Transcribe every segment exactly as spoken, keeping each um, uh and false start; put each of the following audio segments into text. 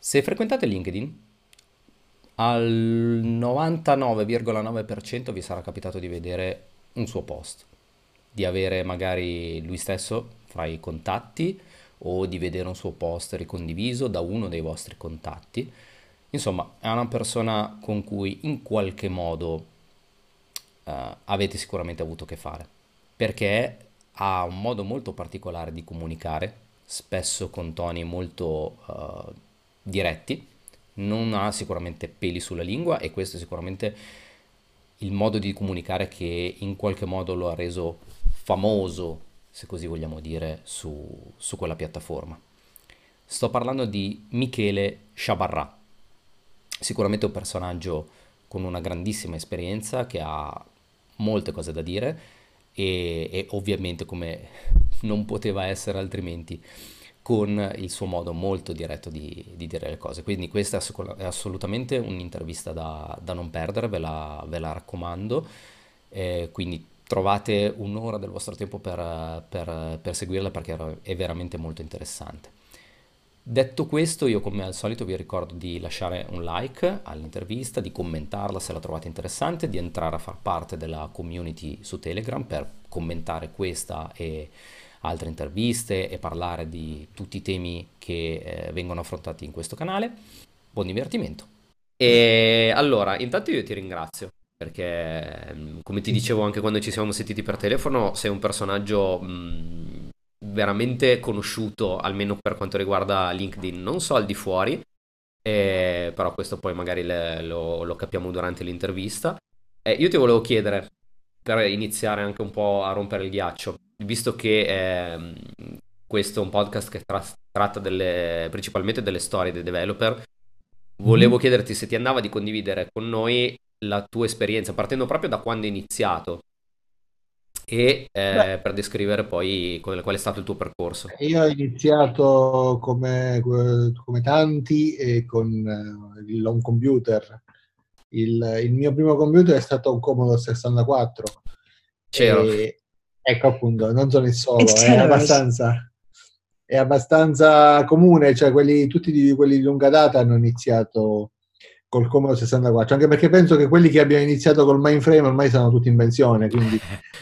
Se frequentate LinkedIn, al novantanove virgola nove per cento vi sarà capitato di vedere un suo post, di avere magari lui stesso fra i contatti o di vedere un suo post ricondiviso da uno dei vostri contatti. Insomma, è una persona con cui in qualche modo eh, avete sicuramente avuto a che fare, perché ha un modo molto particolare di comunicare, spesso con toni molto eh, diretti, non ha sicuramente peli sulla lingua e questo è sicuramente il modo di comunicare che in qualche modo lo ha reso famoso, se così vogliamo dire, su, su quella piattaforma. Sto parlando di Michele Sciabarrà, sicuramente un personaggio con una grandissima esperienza che ha molte cose da dire e, e ovviamente come non poteva essere altrimenti con il suo modo molto diretto di, di dire le cose. Quindi questa è, assicura- è assolutamente un'intervista da, da non perdere, ve la, ve la raccomando. Eh, quindi trovate un'ora del vostro tempo per, per- per seguirla perché è è veramente molto interessante. Detto questo, io come al solito vi ricordo di lasciare un like all'intervista, di commentarla se la trovate interessante, di entrare a far parte della community su Telegram per commentare questa e altre interviste e parlare di tutti i temi che eh, vengono affrontati in questo canale. Buon divertimento. E allora, intanto io ti ringrazio perché, mm, come ti dicevo anche quando ci siamo sentiti per telefono, sei un personaggio mm, veramente conosciuto, almeno per quanto riguarda LinkedIn, non so al di fuori, eh, però questo poi magari le- lo, lo capiamo durante l'intervista. Eh, io ti volevo chiedere, per iniziare anche un po' a rompere il ghiaccio, visto che ehm, questo è un podcast che tra- tratta delle- principalmente delle storie dei developer, volevo Mhm. chiederti se ti andava di condividere con noi la tua esperienza, partendo proprio da quando hai iniziato e Beh, eh, per descrivere poi qual qual è stato il tuo percorso. io ho iniziato come, come tanti eh, con eh, il home computer. Il, il mio primo computer è stato un Commodore sessantaquattro. C'ero. E ecco appunto, non sono il solo, è abbastanza, è abbastanza comune, cioè quelli, tutti di, quelli di lunga data hanno iniziato col Commodore sessantaquattro, anche perché penso che quelli che abbiano iniziato col mainframe ormai sono tutti in pensione, quindi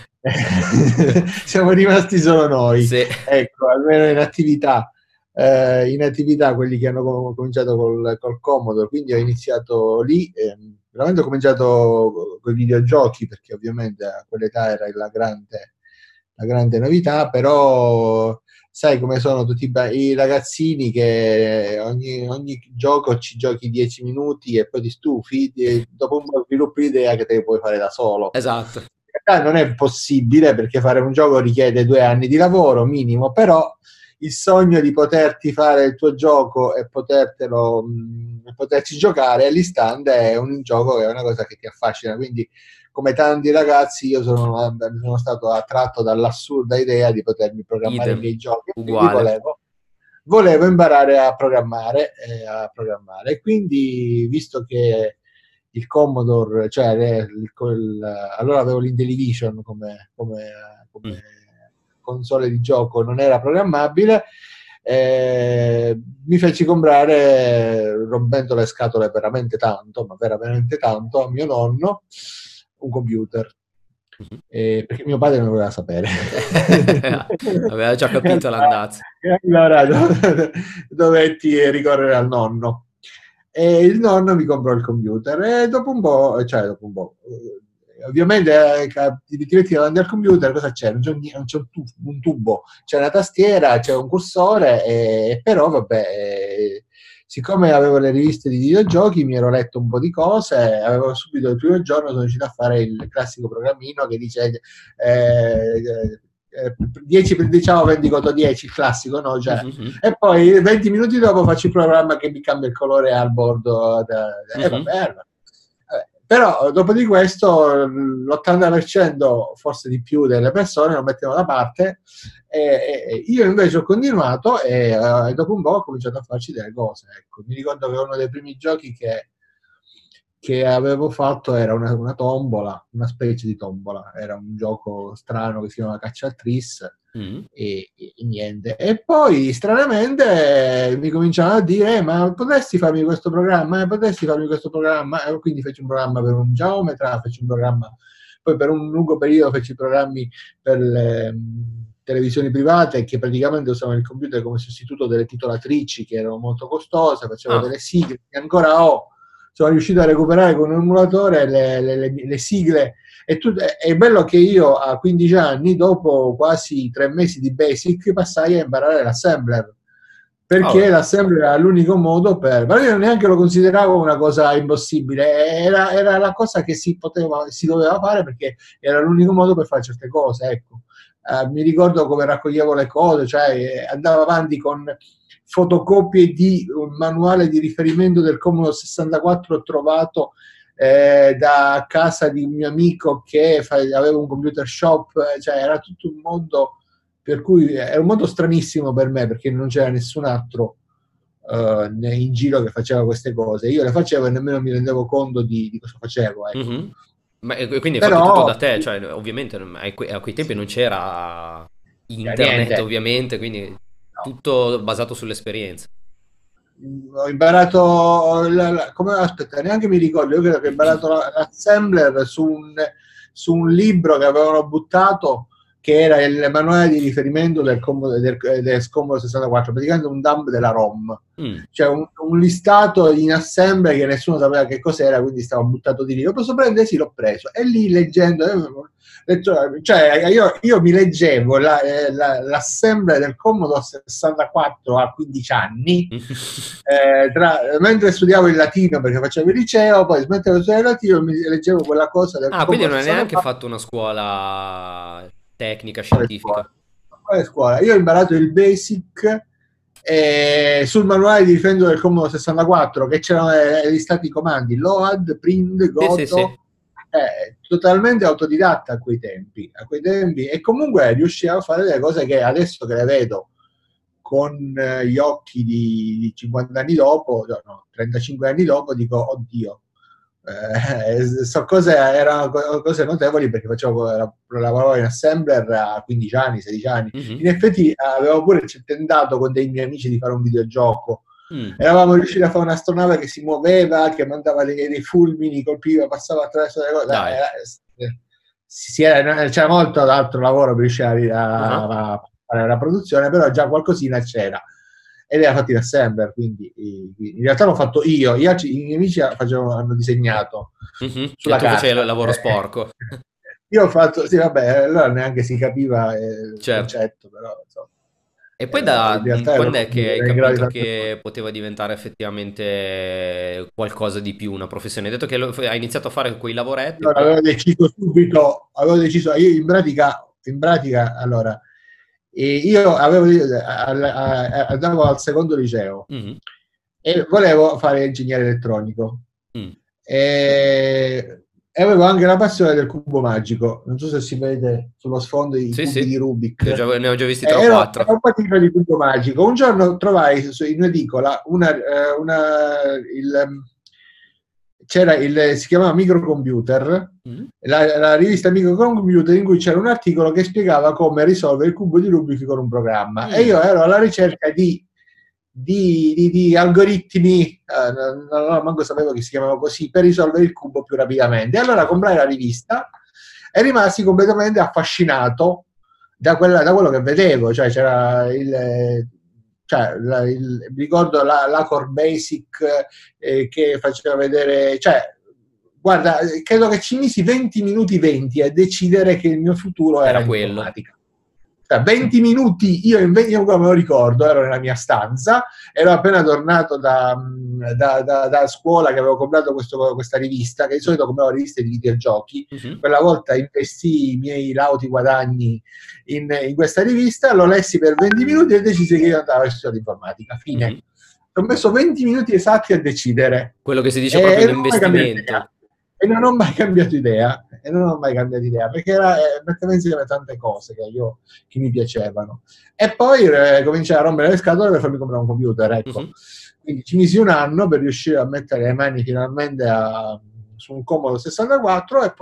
siamo rimasti solo noi, Sì. ecco, almeno in attività, eh, in attività quelli che hanno com- cominciato col, col Commodore, quindi ho iniziato lì, ehm, veramente ho cominciato con i videogiochi, perché ovviamente a quell'età era la grande, la grande novità, però sai come sono tutti i, ba- i ragazzini che ogni, ogni gioco ci giochi dieci minuti e poi ti stufi, e dopo un po' sviluppi l'idea che te le puoi fare da solo. Esatto. In realtà non è possibile perché fare un gioco richiede due anni di lavoro minimo, però il sogno di poterti fare il tuo gioco e potertelo, mh, poterci giocare all'istante è un gioco che è una cosa che ti affascina. Quindi, come tanti ragazzi, io sono, sono stato attratto dall'assurda idea di potermi programmare i Idem. miei giochi, e quindi Uguale. volevo, volevo imparare a programmare, eh, a programmare. E quindi, visto che il Commodore, cioè le- il- quel- allora avevo l'Intellivision come, come, come Mm. console di gioco, non era programmabile, eh, mi feci comprare, rompendo le scatole veramente tanto, ma veramente tanto, a mio nonno un computer. Mhm. Eh, perché mio padre non voleva sapere. Aveva già E capito allora, l'andazzo. e allora do- dovetti ricorrere al nonno. E il nonno mi comprò il computer e dopo un po', cioè dopo un po', eh, ovviamente eh, ca- ti ti metti davanti al computer, cosa c'è? Non c'è, un, non c'è un, tu- un tubo, c'è una tastiera, c'è un cursore, e, però vabbè, eh, siccome avevo le riviste di videogiochi, mi ero letto un po' di cose, avevo subito il primo giorno sono riuscito a fare il classico programmino che dice eh, eh, dieci diciamo vendi contro dieci, il classico, no? Cioè, Mhm. e poi venti minuti dopo faccio il programma che mi cambia il colore al bordo da, da, e Mhm. vabbè, allora. Vabbè. Però dopo di questo l'ottanta per cento, forse di più, delle persone lo mettevano da parte, e, e io invece ho continuato e, eh, dopo un po' ho cominciato a farci delle cose. Ecco. Mi ricordo che uno dei primi giochi che, che avevo fatto era una, una tombola, una specie di tombola, era un gioco strano che si chiama Cacciatris. Mm. E, e- e niente. E poi stranamente eh, mi cominciavano a dire: "Eh, ma potresti farmi questo programma? Eh, potresti farmi questo programma?" E quindi feci un programma per un geometra, feci un programma, poi per un lungo periodo feci programmi per le mh, televisioni private che praticamente usavano il computer come sostituto delle titolatrici che erano molto costose, facevo Ah, delle sigle che ancora ho. Sono riuscito a recuperare con un emulatore le, le- le- le sigle. E tu, è bello che io a quindici anni, dopo quasi tre mesi di Basic, passai a imparare l'assembler, perché oh, l'assembler era l'unico modo per... Ma io neanche lo consideravo una cosa impossibile, era, era la cosa che si poteva, si doveva fare perché era l'unico modo per fare certe cose, ecco. Eh, mi ricordo come raccoglievo le cose, cioè eh, andavo avanti con fotocopie di un manuale di riferimento del Commodore sessantaquattro trovato eh, da casa di un mio amico che fa, aveva un computer shop, eh, cioè era tutto un mondo per cui era un mondo stranissimo per me perché non c'era nessun altro eh, in giro che faceva queste cose. Io le facevo e nemmeno mi rendevo conto di, di cosa facevo, ecco. mhm. Ma e quindi hai fatto tutto Però da te, cioè ovviamente non- a que- a quei tempi non c'era cioè, internet, niente, ovviamente, quindi no. tutto basato sull'esperienza. Ho imparato la, la, come aspetta, neanche mi ricordo, io credo che ho imparato la- l'assembler su un, su un libro che avevano buttato che era il manuale di riferimento del, Commodore- del, del Commodore sessantaquattro, praticamente un dump della ROM, Mm. cioè un, un listato in assembly che nessuno sapeva che cos'era, quindi stava buttato di lì. Lo posso prendere? Sì, l'ho preso. E lì leggendo, eh, cioè io, io mi leggevo la, eh, la, l'assembly del Commodore sessantaquattro a quindici anni, eh, tra, mentre studiavo il latino perché facevo il liceo, poi smettevo di studiare il latino, mi leggevo quella cosa del Ah, quindi Commodore non hai neanche sessantaquattro. fatto una scuola tecnica, Quale scientifica. scuola? Quale scuola? Io ho imparato il basic eh, sul manuale di riferimento del Commodore sessantaquattro che c'erano eh, gli stati comandi load, print, Sì, sì, goto, sì. eh, totalmente autodidatta a quei tempi, a quei tempi e comunque riuscivo a fare delle cose che adesso che le vedo con eh, gli occhi di, di cinquanta anni dopo, no, no, trentacinque anni dopo, dico oddio, eh, so cose, erano cose notevoli perché facevo, lavoravo in assembler a quindici anni, sedici anni. In Mhm. effetti avevo pure tentato con dei miei amici di fare un videogioco. Mm. Eravamo riusciti a fare un'astronave che si muoveva, che mandava dei, dei fulmini, colpiva, passava attraverso le cose. Dai. Eh, eh, si era, c'era molto altro lavoro per riuscire a, Ah. a fare la produzione, però già qualcosina c'era ed era fatto in assembler, quindi in realtà l'ho fatto io, gli altri, i miei amici facevano, hanno disegnato Mhm. E sulla tu facevi il carta. lavoro sporco. Io ho fatto, sì vabbè, allora neanche si capiva eh, il Certo. concetto, però insomma, E poi eh, da in realtà ero, quando è che hai ero in grado di capito tante cose. che poteva diventare effettivamente qualcosa di più, una professione? Hai detto che lo- hai iniziato a fare quei lavoretti, Allora, poi... avevo deciso subito, avevo deciso, io in pratica, in pratica allora, eh, io avevo, al- a- andavo al secondo liceo Mhm. e volevo fare ingegnere elettronico Mm. e, e avevo anche la passione del cubo magico, non so se si vede sullo sfondo i Sì, cubi di sì, Rubik. ne ho già, ne ho già visti Eh, tre o ero, ero quattro. un patino di cubo magico. Un giorno trovai su- in edicola una, eh, una, il, c'era il, si chiamava Microcomputer, Mm. la, la rivista Microcomputer, in cui c'era un articolo che spiegava come risolvere il cubo di Rubik con un programma e io Mm. ero alla ricerca di, di, di, di algoritmi, eh, non, non manco sapevo che si chiamava così, per risolvere il cubo più rapidamente. E allora Ah. comprai la rivista e rimasi completamente affascinato da, quella, da quello che vedevo, cioè c'era il... Cioè, la, il, ricordo la, la Core Basic eh, che faceva vedere, cioè, guarda, credo che ci misi venti minuti venti a decidere che il mio futuro era Era quello. informatica. Cioè, venti minuti, io, in venti, io come me lo ricordo, ero nella mia stanza, ero appena tornato da, da, da, da scuola che avevo comprato questo, questa rivista, che di solito compravo riviste di videogiochi, Mhm. quella volta investì i miei lauti guadagni in, in questa rivista, lo lessi per venti minuti e decisi che io andavo a studiare informatica. Fine. Mhm. Ho messo venti minuti esatti a decidere Quello che si dice e, proprio e un non ho mai cambiato idea. investimento. E non ho mai cambiato idea. E non ho mai cambiato idea perché era, eh, metteva insieme tante cose che, io, che mi piacevano. E poi eh, cominciai a rompere le scatole per farmi comprare un computer. Ecco. Mhm. Quindi ci misi un anno per riuscire a mettere le mani finalmente a su un Commodore sessantaquattro e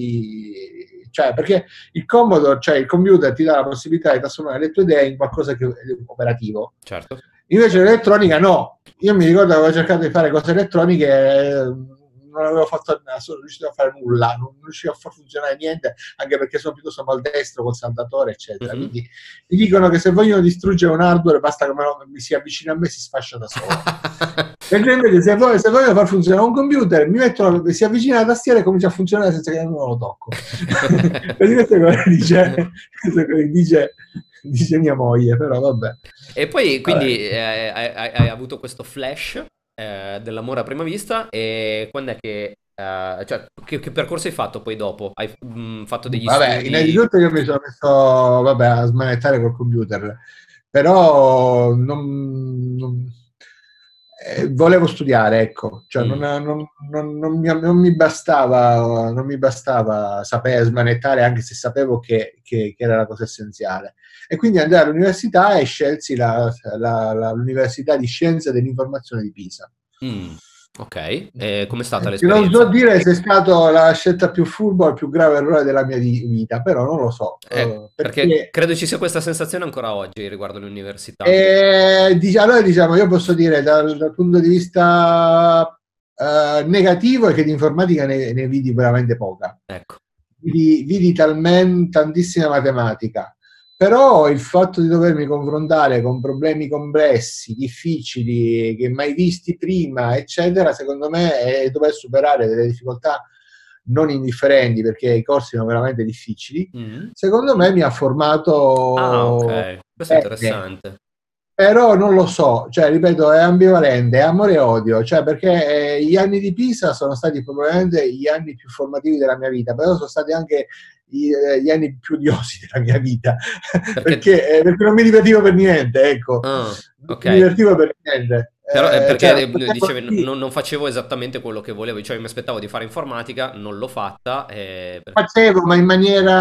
poi, cioè, perché il Commodore, cioè il computer ti dà la possibilità di trasformare le tue idee in qualcosa che è operativo. Certo. Invece l'elettronica no. Io mi ricordo che avevo cercato di fare cose elettroniche, eh, non avevo fatto, sono riuscito a fare nulla, non riuscivo a far funzionare niente, anche perché sono piuttosto maldestro col saldatore, eccetera. Mm-hmm. Quindi mi dicono che se vogliono distruggere un hardware basta che me lo, mi si avvicina a me e si sfascia da solo. Perché invece se voglio, se voglio far funzionare un computer, mi mettono, si avvicina alla tastiera e comincia a funzionare senza che non lo tocco. Questo è quello che dice, dice, dice mia moglie, però vabbè. E poi quindi eh, hai, hai avuto questo flash eh, dell'amore a prima vista, e quando è che, eh, cioè, che, che percorso hai fatto poi dopo? Hai mh, fatto degli vabbè, studi? innanzitutto io mi sono messo vabbè, a smanettare col computer, però non, non eh, volevo studiare, ecco, cioè mm. non, non, non, non, mi, non mi bastava non mi bastava sapere smanettare, anche se sapevo che, che, che era la cosa essenziale, e quindi andai all'università e scelsi la, la, la, l'Università di Scienze dell'Informazione di Pisa. Mm. Ok, e com'è stata eh, l'esperienza? Non so dire se è stata la scelta più furba o il più grave errore della mia vita, però non lo so. Eh, uh, perché... perché credo ci sia questa sensazione ancora oggi riguardo l'università. Eh, dic- allora diciamo, io posso dire dal, dal punto di vista uh, negativo è che di informatica ne, ne vidi veramente poca. Ecco. Vidi, vidi talmente tantissima matematica. Però il fatto di dovermi confrontare con problemi complessi, difficili, che mai visti prima, eccetera, secondo me è dover superare delle difficoltà non indifferenti, perché i corsi sono veramente difficili. Mm-hmm. Secondo me mi ha formato... Ah, ok. Questo è interessante. Però non lo so, cioè, ripeto, è ambivalente, è amore e odio, cioè, perché eh, gli anni di Pisa sono stati probabilmente gli anni più formativi della mia vita, però sono stati anche gli, gli anni più odiosi della mia vita, perché, perché, eh, perché non mi divertivo per niente, ecco, oh, okay. Non mi divertivo per niente. Però eh, perché cioè, dicevi non, non facevo esattamente quello che volevo, cioè mi aspettavo di fare informatica, non l'ho fatta. Eh, perché... Facevo, ma in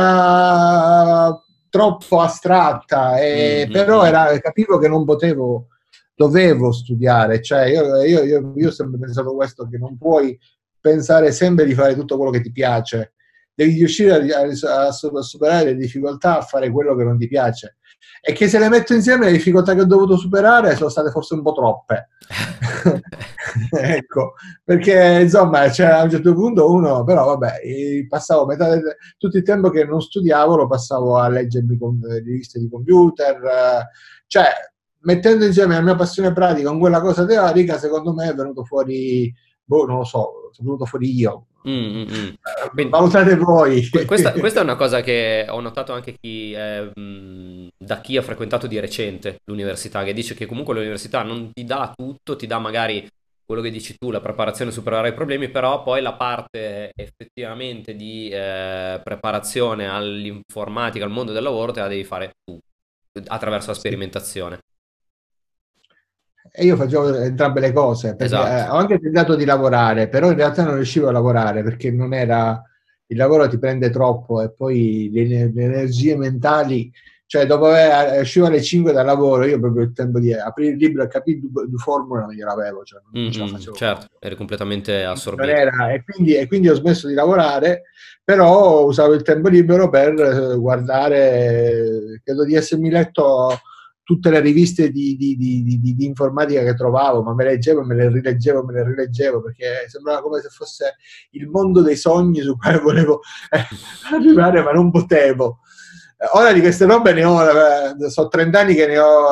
maniera troppo astratta, e mm-hmm. però era, capivo che non potevo, dovevo studiare, cioè io, io, io, io ho sempre pensato questo, che non puoi pensare sempre di fare tutto quello che ti piace, devi riuscire a, a, a superare le difficoltà, a fare quello che non ti piace, e che se le metto insieme le difficoltà che ho dovuto superare sono state forse un po' troppe. Ecco, perché insomma, cioè, a un certo punto uno, però vabbè, passavo metà del, tutto il tempo che non studiavo lo passavo a leggermi con le riviste di computer, cioè mettendo insieme la mia passione pratica con quella cosa teorica, secondo me è venuto fuori, boh, non lo so, sono venuto fuori io. Mm, mm. Quindi, valutate voi. Questa, questa è una cosa che ho notato anche chi, eh, da chi ha frequentato di recente l'università, che dice che comunque l'università non ti dà tutto, ti dà magari quello che dici tu, la preparazione a superare i problemi, però poi la parte effettivamente di eh, preparazione all'informatica, al mondo del lavoro, te la devi fare tu, attraverso la sperimentazione. E io facevo entrambe le cose, perché esatto. eh, ho anche tentato di lavorare, però in realtà non riuscivo a lavorare, perché non era, il lavoro ti prende troppo, e poi le, le energie mentali, cioè dopo aver, uscivo alle cinque dal lavoro, io proprio il tempo di aprire il libro e capire due, due formule non gliela avevo, cioè non mm-hmm, ce la facevo. Certo, proprio. Eri completamente assorbito. Era, e, quindi, e quindi ho smesso di lavorare, però usavo il tempo libero per guardare, credo di essermi letto tutte le riviste di, di, di, di, di informatica che trovavo, ma me le leggevo, me le rileggevo, me le rileggevo, perché sembrava come se fosse il mondo dei sogni su cui volevo eh, arrivare, ma non potevo. Ora di queste robe ne ho, so trenta anni che ne ho,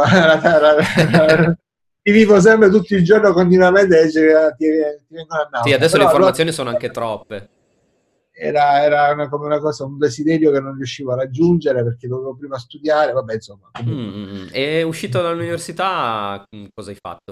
ti vivo sempre tutto il giorno continuamente, e ti, ti vengono a nausea. Sì, adesso però, le informazioni allora, sono anche troppe. Era, era una, come una cosa, un desiderio che non riuscivo a raggiungere perché dovevo prima studiare, vabbè, insomma. Mm, e uscito dall'università cosa hai fatto?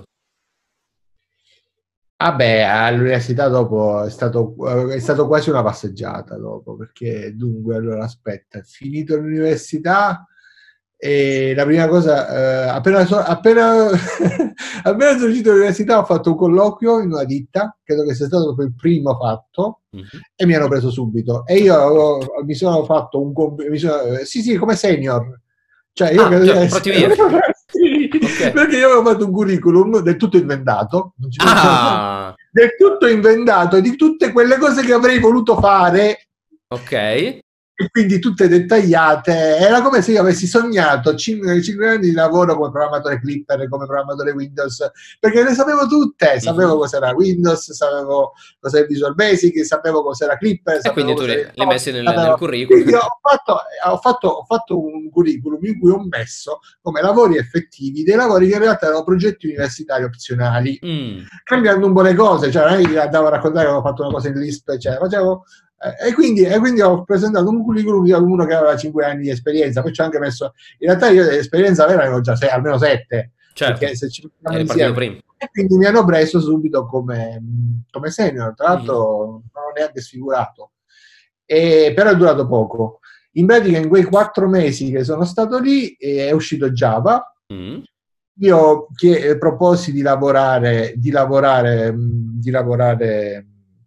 Vabbè, all'università dopo è stato, è stato quasi una passeggiata dopo, perché dunque, allora aspetta, finito l'università e la prima cosa, eh, appena, so, appena, appena sono uscito dall'università ho fatto un colloquio in una ditta, credo che sia stato proprio il primo fatto, mm-hmm. e mi hanno preso subito, e io ho, mi sono fatto un mi sono, sì sì, come senior, cioè io ah, credo cioè, essere, sì, okay. Perché io avevo fatto un curriculum del tutto inventato, non ci ah. del tutto inventato di tutte quelle cose che avrei voluto fare. Ok. E quindi tutte dettagliate. Era come se io avessi sognato cinque anni di lavoro come programmatore Clipper, come programmatore Windows, perché le sapevo tutte, sapevo Mhm. cos'era Windows, sapevo cos'era Visual Basic, sapevo cos'era Clipper, E quindi sapevo tu li, cos'era li hai il messi nel, nel sapevo... curriculum. Quindi ho fatto, ho, fatto, ho fatto un curriculum in cui ho messo come lavori effettivi dei lavori che in realtà erano progetti universitari opzionali, Mm. cambiando un po' le cose, cioè non è che andavo a raccontare che avevo fatto una cosa in Lisp, cioè facevo... E quindi, e quindi ho presentato un curriculum di uno che aveva cinque anni di esperienza, poi ci ho anche messo, in realtà io l'esperienza vera avevo già sei, almeno sette, Certo, perché se ci mettiamo eri partito insieme, prima. e quindi mi hanno preso subito come, come senior, tra Mhm. l'altro non ho neanche sfigurato, e, però è durato poco. In pratica in quei quattro mesi che sono stato lì è uscito Java. Mm. Io che, proposi di lavorare, di lavorare, di lavorare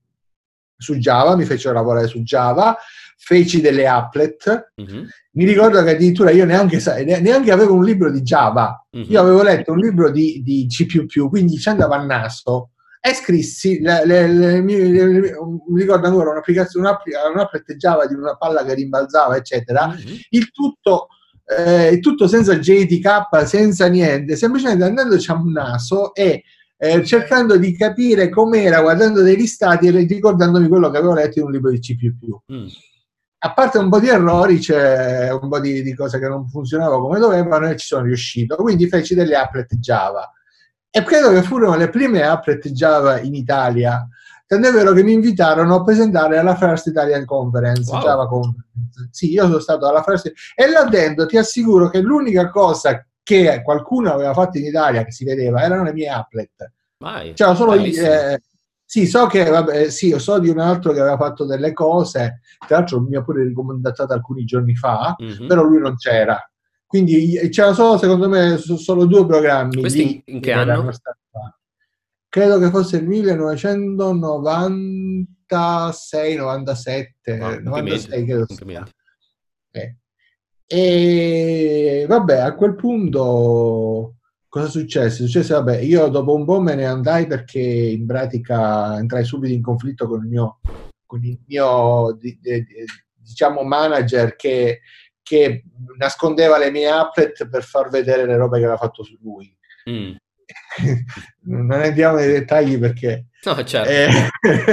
su Java, mi fecero lavorare su Java, feci delle applet. Mhm. Mi ricordo che addirittura io neanche, neanche avevo un libro di Java, Mhm. io avevo letto un libro di, di C più più, quindi ci andavo a naso e scrissi, le, le, le, le, le, mi ricordo ancora un'applicazione, un'applet Java di una palla che rimbalzava, eccetera, Mhm. il tutto, eh, tutto senza J T K, senza niente, semplicemente andandoci a un naso e Eh, cercando di capire com'era, guardando dei listati e ricordandomi quello che avevo letto in un libro di C più più. Mm. A parte un po' di errori, c'è un po' di, di cose che non funzionavano come dovevano e ci sono riuscito. Quindi feci delle applet Java. E credo che furono le prime applet Java in Italia. Tant'è vero che mi invitarono a presentare alla First Italian Conference, Wow. Java Conference. Sì, io sono stato alla First, e là dentro ti assicuro che l'unica cosa che qualcuno aveva fatto in Italia che si vedeva erano le mie applet. Vai, Cioè, solo bellissimo. eh, sì, so che vabbè, sì, io so di un altro che aveva fatto delle cose, tra l'altro mi ha pure ricontattato alcuni giorni fa, Mhm. però lui non c'era. Quindi c'era solo, secondo me, solo due programmi Questi in, lì in che che erano anno? stati fatti. Credo che fosse il millenovecentonovantasei novantasette, Wow, complimenti, novantasei credo sia. complimenti. Eh. E vabbè, a quel punto cosa successe? Successe, vabbè, io dopo un po' me ne andai perché in pratica entrai subito in conflitto con il mio, con il mio di, di, diciamo manager che, che nascondeva le mie applet per far vedere le robe che aveva fatto su lui. Mm. Non entriamo nei dettagli perché, No, certo. eh,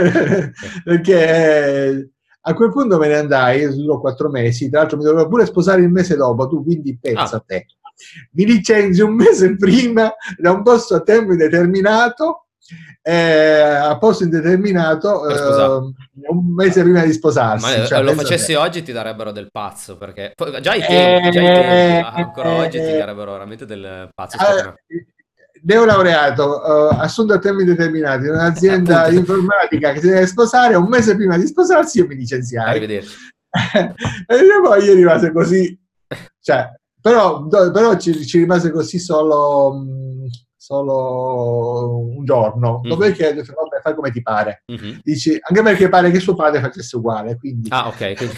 perché a quel punto me ne andai, durò quattro mesi, tra l'altro mi dovevo pure sposare il mese dopo, tu quindi pensa Ah. a te. Mi licenzi un mese prima da un posto a tempo indeterminato, eh, a posto indeterminato, Per sposare. eh, un mese prima di sposarsi. Ma Cioè, lo pensa a te. facessi oggi ti darebbero del pazzo, perché poi- già i tempi, già i tempi, Eh, ma ancora oggi ti darebbero veramente del pazzo scatenato. eh, neolaureato, uh, assunto a tempo indeterminato in Eh, un'azienda appunto, di informatica che si deve sposare, un mese prima di sposarsi io mi licenziai. arrivederci. E poi io rimase così, cioè, però, do, però ci, ci rimase così solo, mh, solo un giorno, Mhm, dopodiché ho detto, vabbè, fai come ti pare. mhm. Dici, anche perché pare che suo padre facesse uguale, quindi... Ah, ok, quindi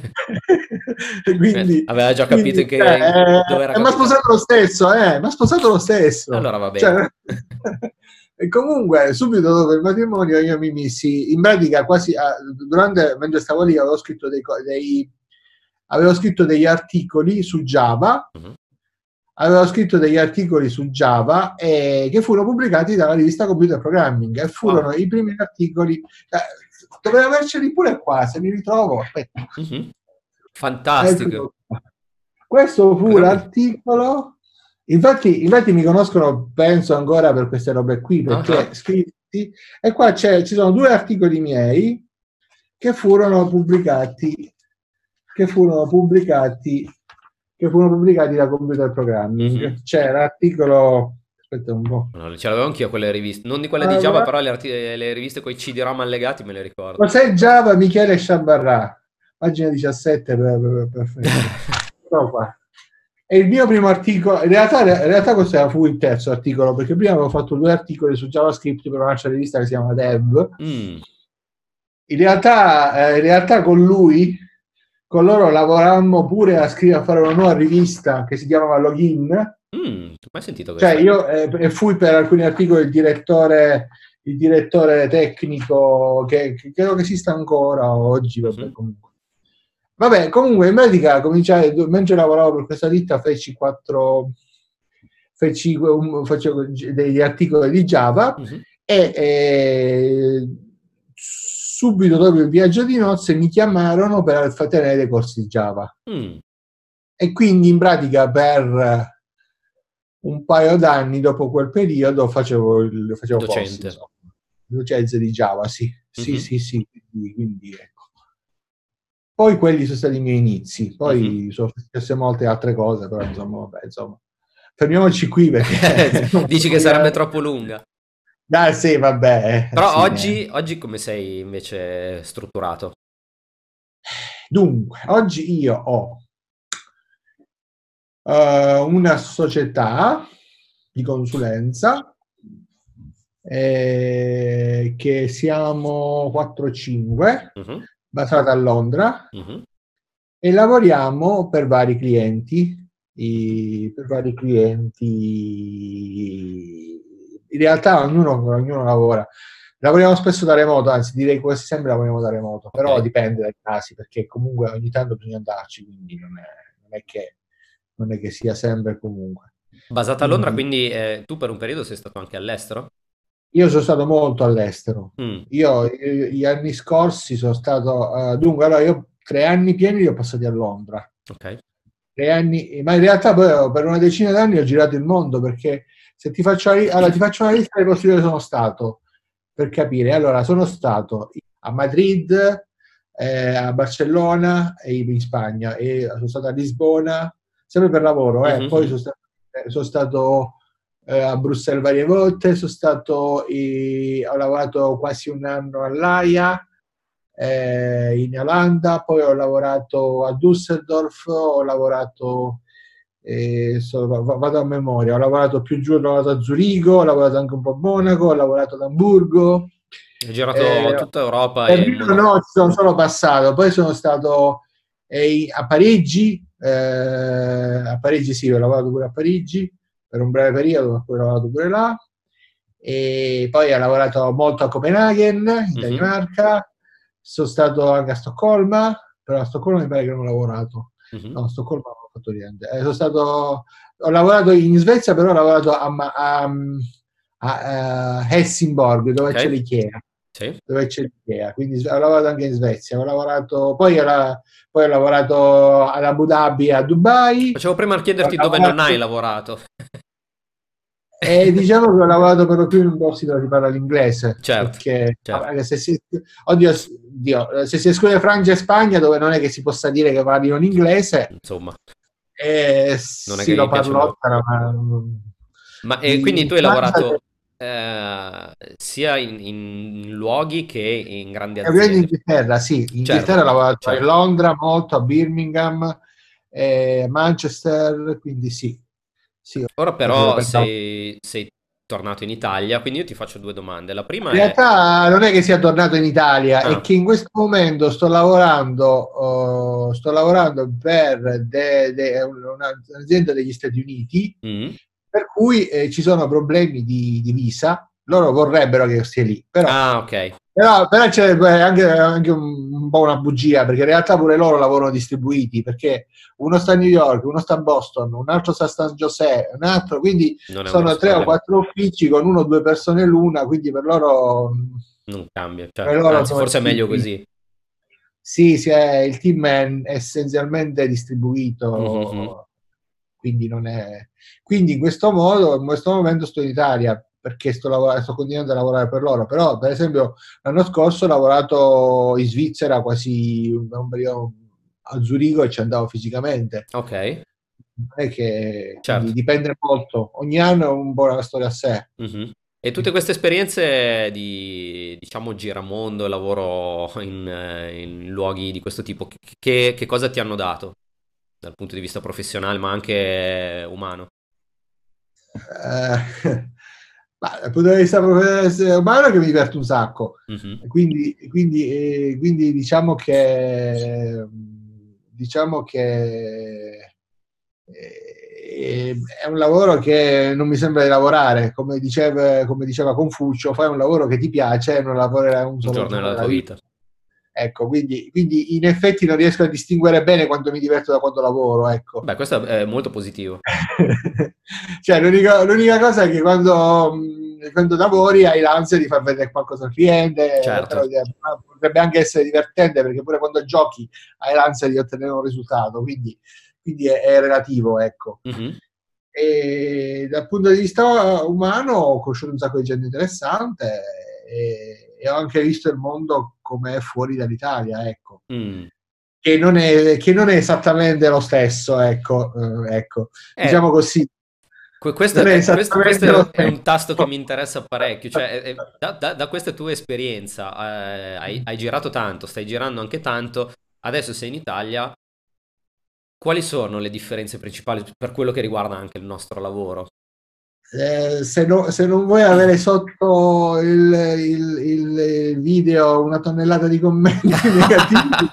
Eh, quindi, aveva già capito quindi in che, cioè, in- dove era eh, mi ha capitato. sposato lo stesso, eh, mi ha sposato lo stesso. Allora va bene. Cioè, e comunque, subito dopo il matrimonio, io mi missi in pratica quasi a, durante mentre stavo lì, avevo scritto dei, dei avevo scritto degli articoli su Java. Mhm. Avevo scritto degli articoli su Java eh, che furono pubblicati dalla rivista Computer Programming e furono Wow. i primi articoli. Eh, dovevo averceli pure qua, se mi ritrovo. Aspetta. Mhm. Fantastico. Eccolo qua. Questo fu Programmi. l'articolo. Infatti, infatti mi conoscono, penso ancora per queste robe qui, Ah, perché ah. scritti. E qua c'è, ci sono due articoli miei che furono pubblicati, che furono pubblicati, che furono pubblicati da Computer Programming. Mhm. C'è l'articolo. Aspetta un po'. No, ce l'avevo anch'io quelle riviste. Non di quelle di Java, Allora, però le, arti- le riviste con i C D-ROM allegati me le ricordo. cos'è Java? Michele Sciabarrà, pagina diciassette, per, per, perfetto. Ecco qua. È il mio primo articolo, in realtà, in realtà questo fu il terzo articolo, perché prima avevo fatto due articoli su JavaScript per un'altra rivista che si chiama Dev. Mm. In realtà, eh, in realtà con lui, con loro lavorammo pure a scrivere, a fare una nuova rivista che si chiamava Login. Mm. Mai sentito Cioè questo? io eh, fui per alcuni articoli il direttore, il direttore tecnico che, che credo che esista ancora oggi, vabbè, Mhm. comunque. Vabbè, comunque in pratica cominciai, mentre lavoravo per questa ditta feci quattro, feci, un- facevo degli articoli di Java Mhm. e eh, subito dopo il viaggio di nozze mi chiamarono per far tenere dei corsi Java. Mm. E quindi in pratica per un paio d'anni dopo quel periodo facevo, il, facevo corsi, Docente. insomma, docenza di Java, sì, sì, Mhm. sì, sì, quindi, quindi, ecco. Poi quelli sono stati i miei inizi, Mhm. poi sono successe molte altre cose, però insomma, vabbè, insomma. Fermiamoci qui perché non Dici che sarebbe vogliamo- troppo lunga. Dai, sì, vabbè, eh, Però sì, eh. oggi, oggi come sei invece strutturato? Dunque, oggi io ho eh, una società di consulenza eh, che siamo quattro cinque, Mhm. basata a Londra, Mhm. e lavoriamo per vari clienti, Mhm. i- per vari clienti. In realtà ognuno, ognuno lavora. Lavoriamo spesso da remoto, anzi direi quasi sempre lavoriamo da remoto, però Ok. dipende dai casi, perché comunque ogni tanto bisogna andarci, quindi non è, non è che, non è che sia sempre comunque. Basata a Londra, Quindi quindi eh, tu per un periodo sei stato anche all'estero? io sono stato molto all'estero. Mm. Io io- gli anni scorsi sono stato, eh, dunque, allora io tre anni pieni li ho passati a Londra. Ok. Tre anni, ma in realtà poi per una decina d'anni ho girato il mondo perché se ti faccio, la li- allora, ti faccio una lista dei posti dove sono stato per capire. Allora, sono stato a Madrid, eh, a Barcellona e in Spagna, e sono stato a Lisbona, sempre per lavoro, eh. Poi Mhm. sono stato, eh, sono stato eh, a Bruxelles varie volte, sono stato i- ho lavorato quasi un anno all'Aia, eh, in Olanda, poi ho lavorato a Düsseldorf, ho lavorato, eh, so- vado a memoria, ho lavorato più giù, ho lavorato a Zurigo, ho lavorato anche un po' a Monaco, ho lavorato ad Amburgo, Hai girato eh, tutta Europa e il Berlino mondo. no, ci sono solo passato, poi sono stato eh, a Parigi, eh, a Parigi sì, ho lavorato pure a Parigi per un breve periodo, ma poi ho lavorato pure là, e poi ho lavorato molto a Copenaghen, in Mhm. Danimarca, sono stato anche a Stoccolma, però a Stoccolma mi pare che non ho lavorato, Mhm. no, a Stoccolma non ho fatto niente, eh, sono stato, ho lavorato in Svezia, però ho lavorato a, a, a, a Helsingborg, dove c'è Ok. l'Ikea, Sì. dove c'è l'Ikea, quindi ho lavorato anche in Svezia, ho lavorato, poi, ho, poi ho lavorato ad Abu Dhabi, a Dubai, Facevo prima a ho chiederti dove non hai lavorato, lavorato. e diciamo che ho lavorato per lo più in un posto dove si parla l'inglese, Certo, perché certo. se si, oddio, Dio, se si esclude Francia e Spagna, dove non è che si possa dire che parlino l'inglese, Insomma, eh, non è sì, che lo mi piace molto. parlottano, ma Ma e quindi in tu hai Francia lavorato eh, sia in, in luoghi che in grandi e ovviamente in aziende. Inghilterra, sì, in Certo, Inghilterra ho lavorato a certo. Londra molto, a Birmingham, eh, Manchester, quindi sì, sì, Ora facevo però per lavoro. sei, sei tornato in Italia, quindi io ti faccio due domande. La In prima è... realtà non è che sia tornato in Italia, è Ah, che in questo momento sto lavorando, oh, sto lavorando per de- de- una- un'azienda degli Stati Uniti, mm. per cui eh, ci sono problemi di, di visa. Loro vorrebbero che io stia lì, però, Ah, ok. però, però c'è anche, anche un, un po' una bugia, perché in realtà pure loro lavorano distribuiti, perché uno sta a New York, uno sta a Boston, un altro sta a San José, un altro, quindi Non è un sono grosso tre o problema. quattro uffici con uno o due persone l'una, quindi per loro, Non cambia, per certo. loro Anzi, sono forse è meglio sì, così. sì, sì, è- il team è essenzialmente Mhm. distribuito, quindi non è... Quindi in questo modo, in questo momento sto in Italia perché sto, lavora- sto continuando a lavorare per loro, però per esempio l'anno scorso ho lavorato in Svizzera quasi un, un periodo a Zurigo e ci andavo fisicamente. Ok, Non è che, quindi certo. dipende molto, ogni anno è un po' una storia a sé. Mhm. E tutte queste esperienze di, diciamo, giramondo, lavoro in, eh, in luoghi di questo tipo, che, che cosa ti hanno dato dal punto di vista professionale, ma anche umano? Eh, ma dal punto di vista professionale umano che mi diverte un sacco. Mhm. E quindi, quindi, eh, quindi diciamo che diciamo che eh, eh, è un lavoro che non mi sembra di lavorare, come diceva, come diceva Confucio, fai un lavoro che ti piace e non lavorerai un Un solo giorno giorno nella della tua vita. vita. Ecco, quindi, quindi in effetti non riesco a distinguere bene quando mi diverto da quando lavoro, ecco. Beh, questo è molto positivo. Cioè, l'unica, l'unica cosa è che quando, mh, quando lavori hai l'ansia di far vedere qualcosa al cliente, Certo. però eh, potrebbe anche essere divertente perché pure quando giochi hai l'ansia di ottenere un risultato, quindi, quindi è, è relativo, ecco. Mhm. E dal punto di vista umano ho conosciuto un sacco di gente interessante e, e ho anche visto il mondo come è fuori dall'Italia, ecco. Mm. Che non è, che non è esattamente lo stesso, ecco, eh, ecco. Eh, Diciamo così, que- questo non è è, questo- questo esattamente lo è un tasto che stesso. mi interessa parecchio. Cioè, eh, da, da- da questa tua esperienza, eh, hai, hai girato tanto, stai girando anche tanto, adesso sei in Italia. Quali sono le differenze principali per quello che riguarda anche il nostro lavoro? Eh, se, no- se non vuoi avere sotto il, il- il video una tonnellata di commenti negativi,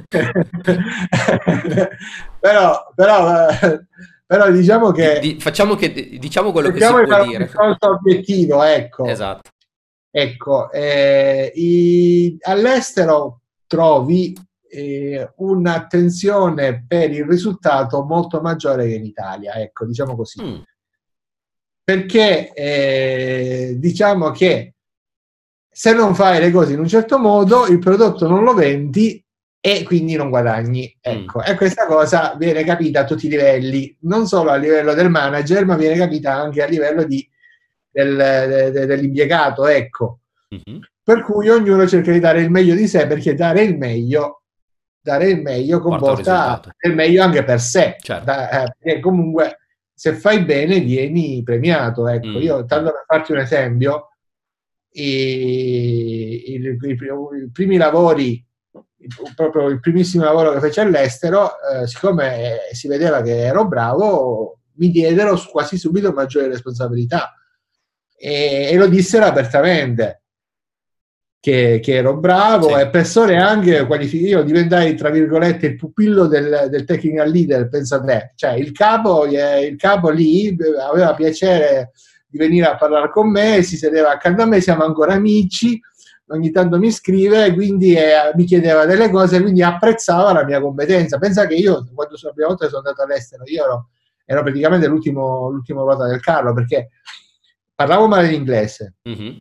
però, però, eh, però diciamo Di- che di- facciamo che diciamo quello che si cerchiamo di può fare un dire. discorso obiettivo, ecco. Esatto. Ecco, eh, i- all'estero trovi eh, un'attenzione per il risultato molto maggiore che in Italia, ecco, diciamo così. Mm, Perché eh, diciamo che se non fai le cose in un certo modo, il prodotto non lo vendi e quindi non guadagni. mm, Ecco, e questa cosa viene capita a tutti i livelli, non solo a livello del manager, ma viene capita anche a livello di, del, de, de, dell'impiegato, ecco. mhm. Per cui ognuno cerca di dare il meglio di sé, perché dare il meglio, dare il meglio Porta un comporta risultato. il meglio anche per sé, Certo. da, eh, perché comunque se fai bene vieni premiato. Ecco, Mm, io mm, tanto per farti un esempio, i, il, i, i primi lavori, proprio il primissimo lavoro che feci all'estero, eh, siccome si vedeva che ero bravo, mi diedero quasi subito maggiori responsabilità e, e lo dissero apertamente. Che, che ero bravo sì. e persone anche qualificate. Io diventai tra virgolette il pupillo del, del technical leader, pensa a te, cioè il capo, il capo lì aveva piacere di venire a parlare con me, si sedeva accanto a me, siamo ancora amici, ogni tanto mi scrive, quindi eh, mi chiedeva delle cose, quindi apprezzava la mia competenza. Pensa che io quando sono la prima volta sono andato all'estero, io ero, ero praticamente l'ultimo, l'ultimo ruota del carro perché parlavo male l'inglese. Mhm.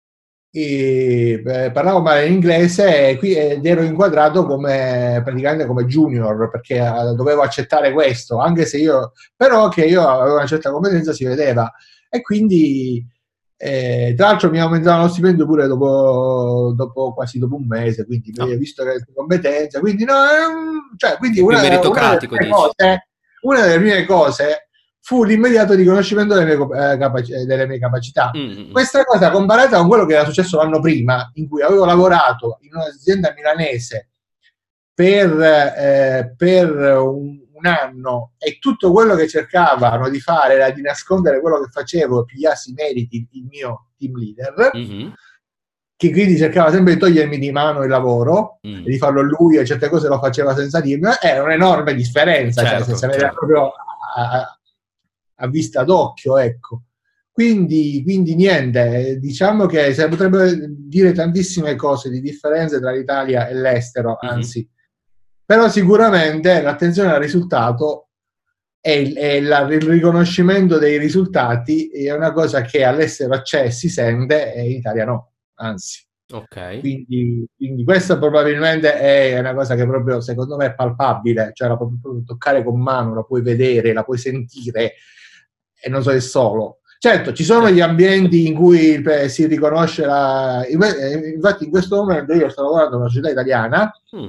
E, eh, parlavo male in inglese e qui, ed ero inquadrato come praticamente come junior perché eh, dovevo accettare questo, anche se io però che io avevo una certa competenza si vedeva e quindi eh, tra l'altro mi aumentavano lo stipendio pure dopo, dopo quasi dopo un mese, quindi Ah, visto che competenza, quindi no, ehm, cioè, quindi è più una, una delle meritocratico, prime dici. cose una delle prime cose fu l'immediato riconoscimento delle mie, eh, capaci- delle mie capacità. Mm, mm, mm. Questa cosa comparata con quello che era successo l'anno prima, in cui avevo lavorato in un'azienda milanese per, eh, per un, un anno e tutto quello che cercavano di fare era di nascondere quello che facevo e pigliassi i meriti il mio team leader, Mhm. che quindi cercava sempre di togliermi di mano il lavoro e Mm. di farlo lui e certe cose lo faceva senza dirmi, era un'enorme differenza, cioè Certo, se vedeva certo. proprio a, a vista d'occhio, ecco. Quindi, quindi niente, diciamo che si potrebbe dire tantissime cose di differenze tra l'Italia e l'estero, Mhm. anzi, però sicuramente l'attenzione al risultato e il, e la, il riconoscimento dei risultati è una cosa che all'estero c'è, si sente e in Italia no, anzi. Ok. Quindi, quindi questa probabilmente è una cosa che proprio secondo me è palpabile, cioè la puoi proprio toccare con mano, la puoi vedere, la puoi sentire e non so è solo. Certo, ci sono Certo. gli ambienti in cui eh, si riconosce la... Infatti in questo momento io sto lavorando in una società italiana Mm.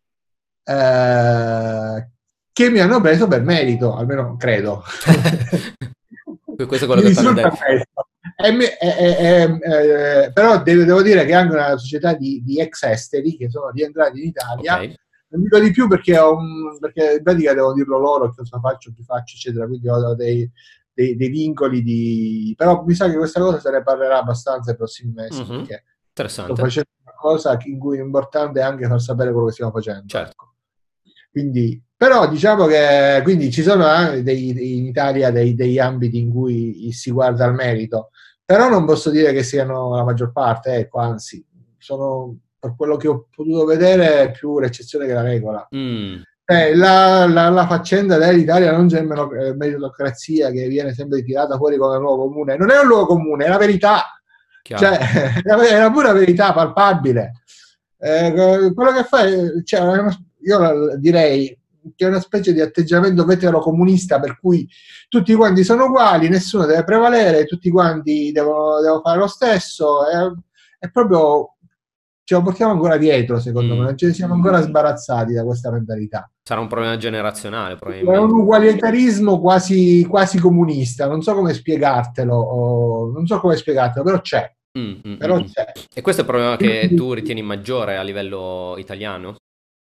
eh, che mi hanno preso per merito, almeno credo. Questo è quello Mi che ti hanno risulta detto. questo. E me- e- e- e- eh, però devo, devo dire che è anche una società di, di ex esteri che sono rientrati in Italia. Ok. Non dico di più perché, ho un, perché in pratica devo dirlo loro che cosa faccio, chi faccio, eccetera. Quindi ho dei, dei, dei vincoli di... Però mi sa che questa cosa se ne parlerà abbastanza nei prossimi mesi Mhm. perché sto Interessante. facendo una cosa in cui è importante anche far sapere quello che stiamo facendo. Certo. Ecco. Quindi, però diciamo che quindi ci sono anche dei, dei- in Italia dei, degli ambiti in cui si guarda al merito, però non posso dire che siano la maggior parte, ecco, anzi, sono, per quello che ho potuto vedere, più l'eccezione che la regola. Mm, Eh, la, la, la faccenda dell'Italia non c'è meno- eh, meritocrazia che viene sempre tirata fuori come luogo comune. Non è un luogo comune, è la verità, chiaro. cioè è la- è la pura verità palpabile. Eh, quello che fa, è- cioè, è una- io la- direi che è una specie di atteggiamento vetero-comunista per cui tutti quanti sono uguali, nessuno deve prevalere, tutti quanti devono, devono fare lo stesso. È, è proprio ce lo portiamo ancora dietro, secondo me, Mm. non ce ne siamo ancora sbarazzati da questa mentalità. Sarà un problema generazionale, È un probabilmente. ugualitarismo quasi, quasi comunista, non so come spiegartelo, o- non so come spiegartelo, però c'è, Mm, mm, mm, però mm. c'è. E questo è il problema che Quindi, tu ritieni maggiore a livello italiano?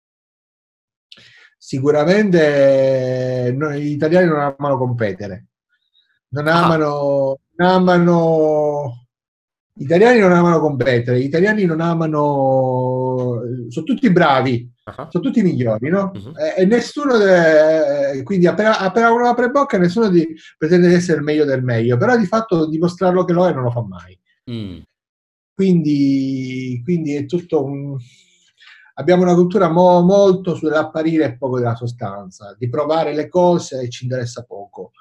sicuramente noi, gli italiani non amano competere, non Ah, amano, non amano, gli italiani non amano competere, gli italiani non amano, sono tutti bravi, ah, sono tutti migliori, no? mhm, E, e nessuno, deve, quindi appena, appena uno apre bocca, nessuno di, pretende di essere il meglio del meglio, però di fatto dimostrarlo che lo è non lo fa mai. mm. Quindi, quindi è tutto un... Abbiamo una cultura mo- molto sull'apparire e poco della sostanza, di provare le cose ci interessa poco.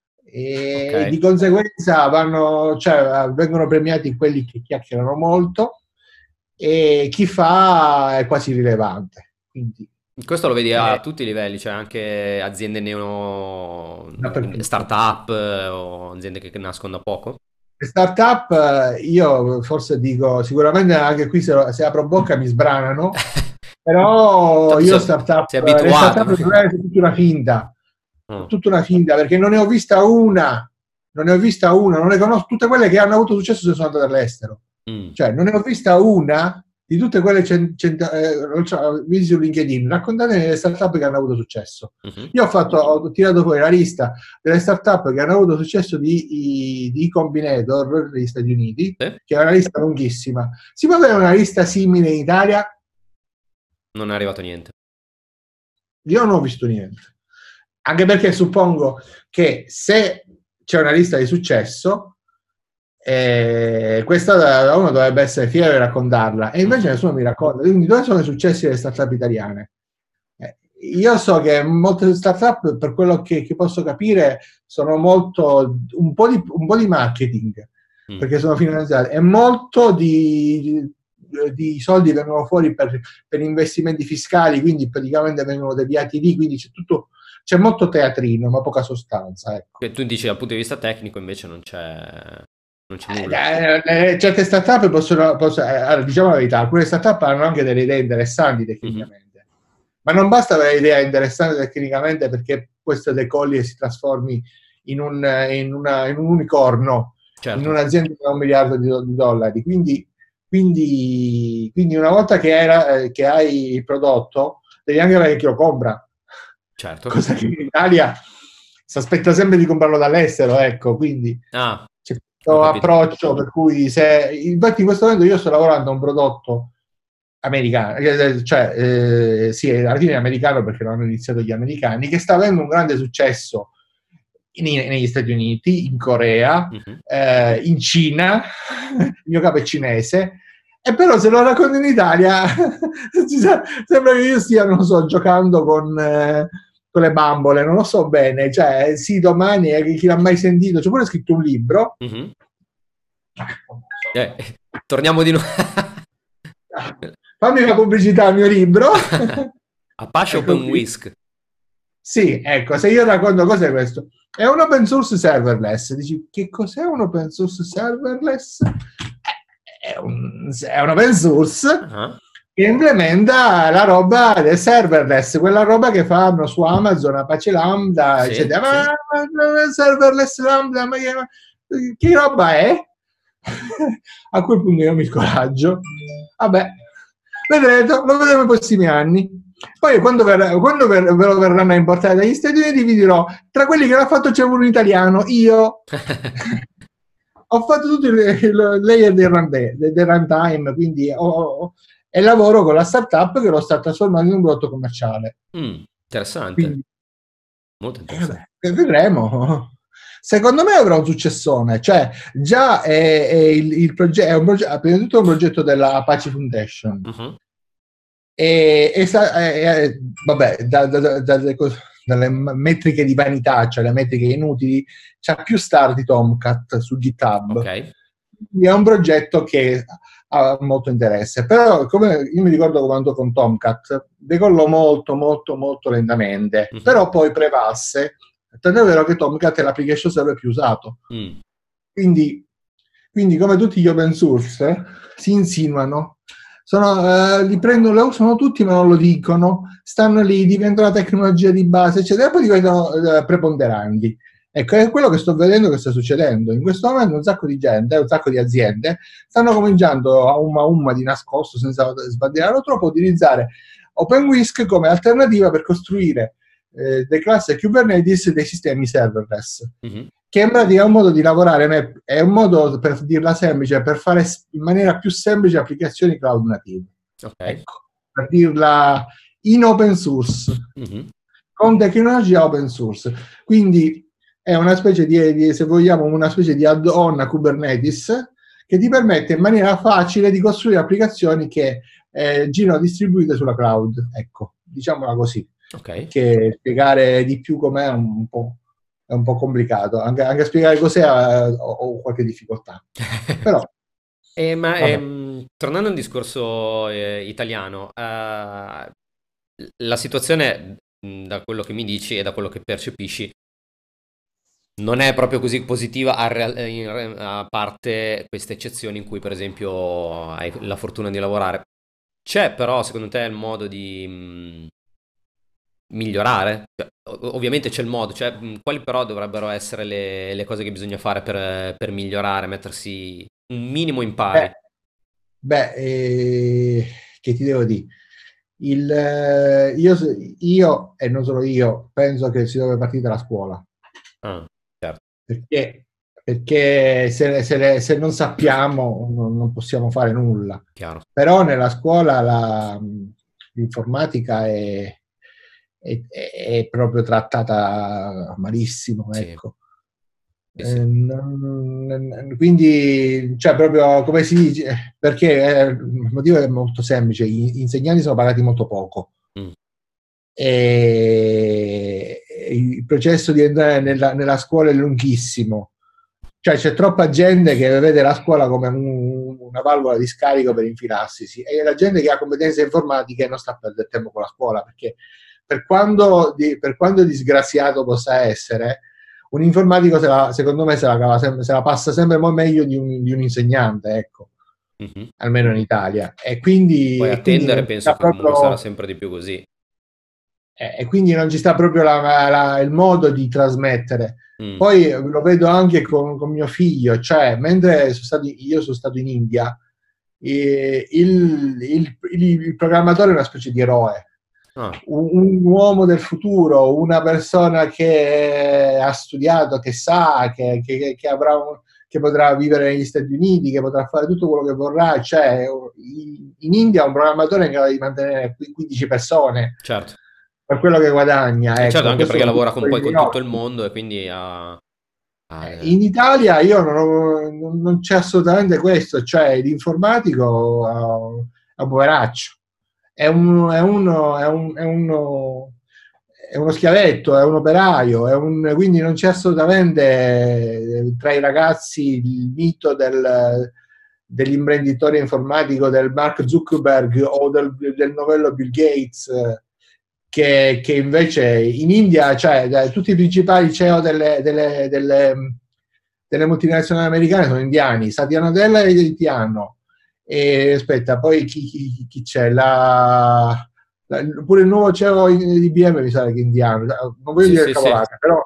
E Ok. di conseguenza vanno, cioè, vengono premiati quelli che chiacchierano molto e chi fa è quasi irrilevante. Quindi, Questo lo vedi a eh, tutti i livelli, cioè anche aziende neo, dappertutto. start-up eh, o aziende che nascono da poco. Le startup, eh, io forse dico, sicuramente anche qui se, se apro bocca mi sbranano, però Tanto io sei, startup, sei le abituato. startup per me è tutta una finta, Mm, tutta una finta, perché non ne ho vista una, non ne ho vista una, non le conosco, tutte quelle che hanno avuto successo se sono andate all'estero, mm, cioè non ne ho vista una di tutte quelle cent- cent- eh, non so, visi su LinkedIn, raccontatemi le startup che hanno avuto successo. mhm. Io ho, fatto, ho tirato fuori la lista delle startup che hanno avuto successo di, i- di Combinator negli Stati Uniti, Sì, che è una lista lunghissima. Si può avere una lista simile in Italia? non è arrivato niente. Io non ho visto niente. Anche perché suppongo che se c'è una lista di successo, eh, questa uno dovrebbe essere fiero di raccontarla, e invece Mhm. nessuno mi racconta. Quindi, dove sono i successi delle startup italiane? Eh, io so che molte startup, per quello che, che posso capire, sono molto un po' di, un po' di marketing, Mm. perché sono finanziate, e molto di, di soldi vengono fuori per, per investimenti fiscali, quindi praticamente vengono deviati lì, quindi c'è tutto, c'è molto teatrino, ma poca sostanza, ecco. E tu dici dal punto di vista tecnico invece non c'è non c'è nulla. Eh, eh, certe startup possono, possono eh, allora, diciamo la verità, alcune startup hanno anche delle idee interessanti Mhm. tecnicamente, ma non basta avere idea interessante tecnicamente perché questo decolli e si trasformi in un, in una, in un unicorno, in Certo, un'azienda da un miliardo di, di dollari. Quindi, quindi, quindi una volta che, era, eh, che hai il prodotto, devi anche avere chi lo compra, certo. cosa che in Italia si aspetta sempre di comprarlo dall'estero, ecco, quindi Ah, c'è ho questo capito. approccio per cui se infatti in questo momento io sto lavorando a un prodotto americano, eh, cioè eh, sì, alla fine è americano perché lo hanno iniziato gli americani, che sta avendo un grande successo in- negli Stati Uniti, in Corea, Mhm. eh, in Cina, il mio capo è cinese, e però se lo racconto in Italia sembra che io stia, non so, giocando con, eh, con le bambole, non lo so bene, cioè sì, domani eh, chi l'ha mai sentito, c'è pure scritto un libro. Mhm. Eh, torniamo di nuovo. Fammi la pubblicità al mio libro. Apache Ecco Open qui. Whisk. Sì, ecco, se io racconto cos'è questo? È un open source serverless. Dici, che cos'è un open source serverless? Eh, È un, è un open source Ah, che implementa la roba del serverless, quella roba che fanno su Amazon, Apache Lambda, sì, eccetera. sì. Ma, ma serverless Lambda, ma che, ma che roba è? A quel punto io mi scoraggio. Vabbè, vedrete, lo vedremo nei prossimi anni. Poi quando, verrà, quando ver- ve lo verranno a importare dagli Stati Uniti vi dirò, tra quelli che l'ha fatto c'è uno italiano, io. Ho fatto tutto il, il layer del, runtime, del runtime, quindi ho, ho, e lavoro con la startup che lo sta trasformando in un prodotto commerciale. Mm. Interessante, Quindi, molto eh, interessante. vabbè, vedremo. Secondo me avrà un successone, cioè già è, è il, il progetto, è un progetto, prima di tutto è un progetto della Apache Foundation. Mhm. E, e sa- e- e- vabbè, da- da- da- dalle, cos- dalle metriche di vanità, cioè le metriche inutili, c'ha più star di Tomcat su GitHub. Ok. Quindi è un progetto che ha molto interesse, però come io mi ricordo quando con Tomcat decollò molto molto molto lentamente, Mhm. però poi prevalse, tant'è vero che Tomcat è l'application server più usato. Mm. Quindi, quindi come tutti gli open source, si insinuano, sono, eh, li prendono, lo usano tutti ma non lo dicono, stanno lì, diventano la tecnologia di base, eccetera, e poi diventano eh, preponderanti. Ecco, è quello che sto vedendo che sta succedendo. In questo momento un sacco di gente, un sacco di aziende stanno cominciando a umma umma di nascosto, senza sbandierarlo troppo, a utilizzare OpenWhisk come alternativa per costruire eh, delle classi Kubernetes dei sistemi serverless. Mhm. Che in pratica è un modo di lavorare, è un modo, per dirla semplice, per fare in maniera più semplice applicazioni cloud native. Ok. Ecco, per dirla in open source, Mhm. con tecnologia open source. Quindi è una specie di, di, se vogliamo, una specie di add-on a Kubernetes che ti permette in maniera facile di costruire applicazioni che eh, girano distribuite sulla cloud. Ecco, diciamola così, Ok. perché spiegare di più com'è è un po', è un po' complicato. Anche, anche a spiegare cos'è eh, ho, ho qualche difficoltà. Però, Eh, ma vabbè. ehm, tornando al discorso eh, italiano, eh, la situazione, mh, da quello che mi dici e da quello che percepisci, non è proprio così positiva a, real- eh, in re- a parte queste eccezioni in cui, per esempio, hai la fortuna di lavorare. C'è però, secondo te, il modo di mh, migliorare? Cioè, ov- ovviamente c'è il modo, cioè, mh, quali però dovrebbero essere le, le cose che bisogna fare per, per migliorare, mettersi un minimo in Beh, pari? beh eh, che ti devo dire? Il, eh, io, io, e non solo io, penso che si deve partire dalla scuola. Ah, certo, Perché, perché se, se- se non sappiamo non, non possiamo fare nulla. chiaro. Però nella scuola la- l'informatica è, è- è proprio trattata malissimo, Sì, ecco. sì, Eh, sì. non- quindi, cioè, proprio come si dice, perché eh, il motivo è molto semplice: gli insegnanti sono pagati molto poco Mm, e il processo di entrare nella, nella scuola è lunghissimo, cioè c'è troppa gente che vede la scuola come un- una valvola di scarico per infilarsi, sì. E la gente che ha competenze informatiche non sta a perdere tempo con la scuola, perché per quando, di, per quando disgraziato possa essere, un informatico se la, secondo me se la, cava sempre, se la passa sempre meglio di un, di un insegnante, ecco, mhm. almeno in Italia. E Poi quindi, e quindi attendere non ci penso sta che comunque sarà proprio sempre di più così. eh, e quindi non ci sta proprio la- la- il modo di trasmettere. Mm, Poi lo vedo anche con, con mio figlio, cioè mentre sono stati, io sono stato in India, eh, il, il- il- il programmatore è una specie di eroe, ah, un, un uomo del futuro, una persona che ha studiato, che sa, che, che- che avrà un- che potrà vivere negli Stati Uniti, che potrà fare tutto quello che vorrà. Cioè, in in India un programmatore è in grado di mantenere quindici persone certo. per quello che guadagna, E certo, ecco, anche questo perché con lavora tutto con, il poi con mio tutto il occhi. mondo e quindi ha... ha- Eh, In Italia io non, ho- non c'è assolutamente questo, cioè l'informatico uh, è un poveraccio, è, un, è, uno, è, un, è, uno, è uno schiavetto, è un operaio, è un, quindi non c'è assolutamente eh, tra i ragazzi il mito del, dell'imprenditore informatico del Mark Zuckerberg o del, del novello Bill Gates, eh, che, che invece in India, cioè da, tutti i principali C E O delle, delle, delle, delle multinazionali americane sono indiani. Satya Nadella è indiano. E aspetta, poi chi, chi, chi c'è? La, la, pure il nuovo C E O di I B M mi sa che è indiano. Non voglio Sì, dire sì, sì. cavolate, però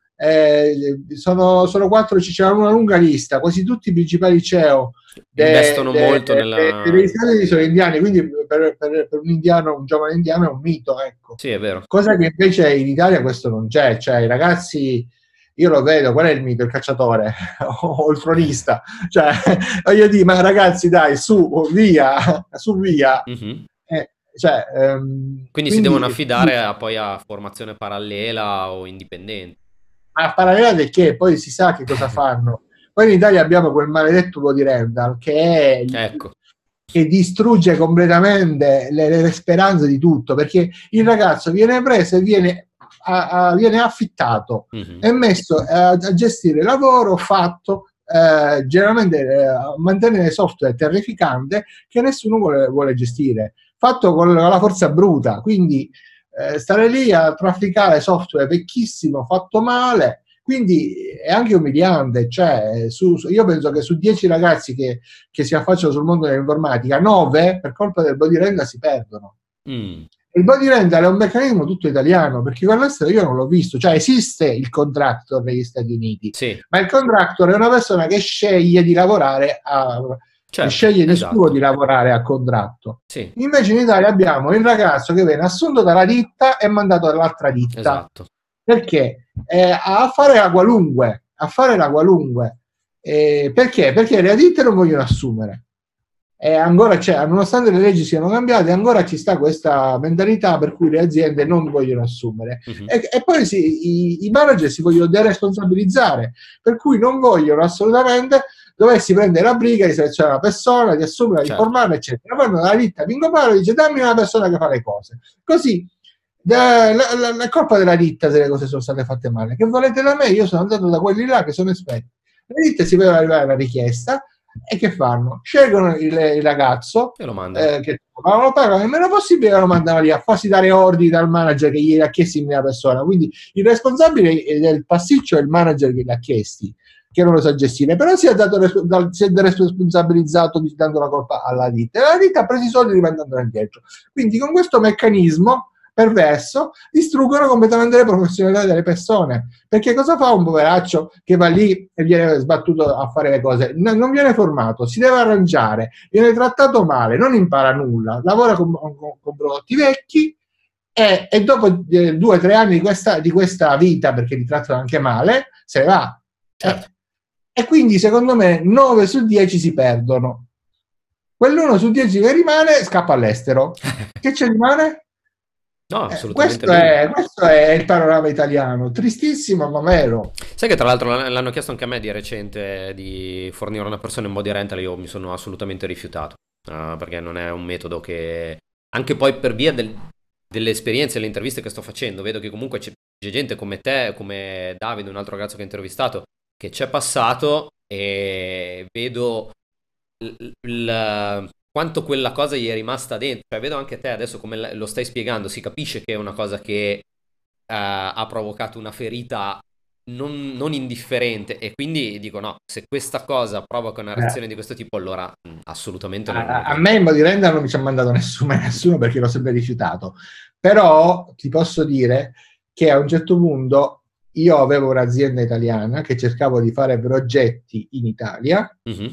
eh, sono, sono quattro, c'è una lunga lista, quasi tutti i principali C E O de, Investono de, molto de, nella... degli Stati Uniti sono indiani, quindi per, per, per, un indiano, un giovane indiano è un mito, ecco. Sì, è vero. Cosa che invece in Italia questo non c'è, cioè i ragazzi, io lo vedo, qual è il mito? Il cacciatore o il tronista, cioè voglio dire, ma ragazzi dai, su, via, su, via. Mhm. Eh, cioè, ehm, Quindi si devono quindi affidare a, poi a formazione parallela o indipendente. a parallela del che poi si sa che cosa fanno. Poi in Italia abbiamo quel maledetto Body Rental che è Ecco. che distrugge completamente le, le speranze di tutto, perché il ragazzo viene preso e viene, a, a, viene affittato Mhm. e messo a, a gestire lavoro fatto eh, generalmente eh, a mantenere software terrificante che nessuno vuole, vuole gestire, fatto con la forza bruta. Quindi eh, stare lì a trafficare software vecchissimo fatto male, quindi è anche umiliante. Cioè, su, su, io penso che su dieci ragazzi che, che si affacciano sul mondo dell'informatica, nove per colpa del body rental si perdono. Mm. Il body rental è un meccanismo tutto italiano, perché con l'estero io non l'ho visto. Cioè esiste il contractor negli Stati Uniti, Sì, ma il contractor è una persona che sceglie di lavorare a, certo, sceglie di suo esatto. di lavorare a contratto. Sì, Invece in Italia abbiamo il ragazzo che viene assunto dalla ditta e mandato dall'altra ditta. esatto. Perché? Eh, a fare la qualunque, a fare la qualunque. Eh, perché? Perché le ditte non vogliono assumere. E ancora c'è, nonostante le leggi siano cambiate, ancora ci sta questa mentalità per cui le aziende non vogliono assumere. Mhm. E, e poi si, i, i manager si vogliono deresponsabilizzare, per cui non vogliono assolutamente doversi prendere la briga di selezionare una persona, di assumerla, di Certo. formarla, eccetera. Vanno dalla ditta Pingo Palo e dice dammi una persona che fa le cose. Così la, la, la, la colpa della ditta se le cose sono state fatte male. Che volete da me? Io sono andato da quelli là che sono esperti. Le ditte si vedono arrivare alla richiesta e che fanno? Scelgono il, il ragazzo E lo mandano. eh, che ma lo pagano il meno possibile e lo mandano lì a farsi dare ordini dal manager che gli ha chiesti la persona. Quindi il responsabile del pasticcio è il manager che li ha chiesti, che non lo sa gestire, però si è, dato, si è responsabilizzato dando la colpa alla ditta e la ditta ha preso i soldi rimandandoli indietro. Quindi con questo meccanismo perverso distruggono completamente le professionalità delle persone, perché cosa fa un poveraccio che va lì e viene sbattuto a fare le cose? No, non viene formato, si deve arrangiare, viene trattato male, non impara nulla, lavora con, con, con prodotti vecchi e, e dopo eh, due o tre anni di questa, di questa vita, perché li trattano anche male, se ne va. Certo. E, e quindi secondo me nove su dieci si perdono. Quell'uno su dieci che rimane scappa all'estero. Che ci rimane? No, Eh, assolutamente questo, lui. è, questo è il panorama italiano, tristissimo ma vero. Sai che tra l'altro l'hanno chiesto anche a me di recente di fornire una persona in body rental, io mi sono assolutamente rifiutato, uh, perché non è un metodo che, anche poi per via del, delle esperienze e le interviste che sto facendo, vedo che comunque c'è, c'è gente come te, come Davide, un altro ragazzo che ho intervistato, che c'è passato e vedo il, il, quanto quella cosa gli è rimasta dentro. Cioè, vedo anche te adesso come lo stai spiegando, si capisce che è una cosa che uh, ha provocato una ferita non, non indifferente, e quindi dico no, se questa cosa provoca una reazione Eh, di questo tipo, allora mh, assolutamente non, a, non a me in body rental non mi ci ha mandato nessuno, nessuno perché l'ho sempre rifiutato, però ti posso dire che a un certo punto io avevo un'azienda italiana che cercavo di fare progetti in Italia. Mm-hmm.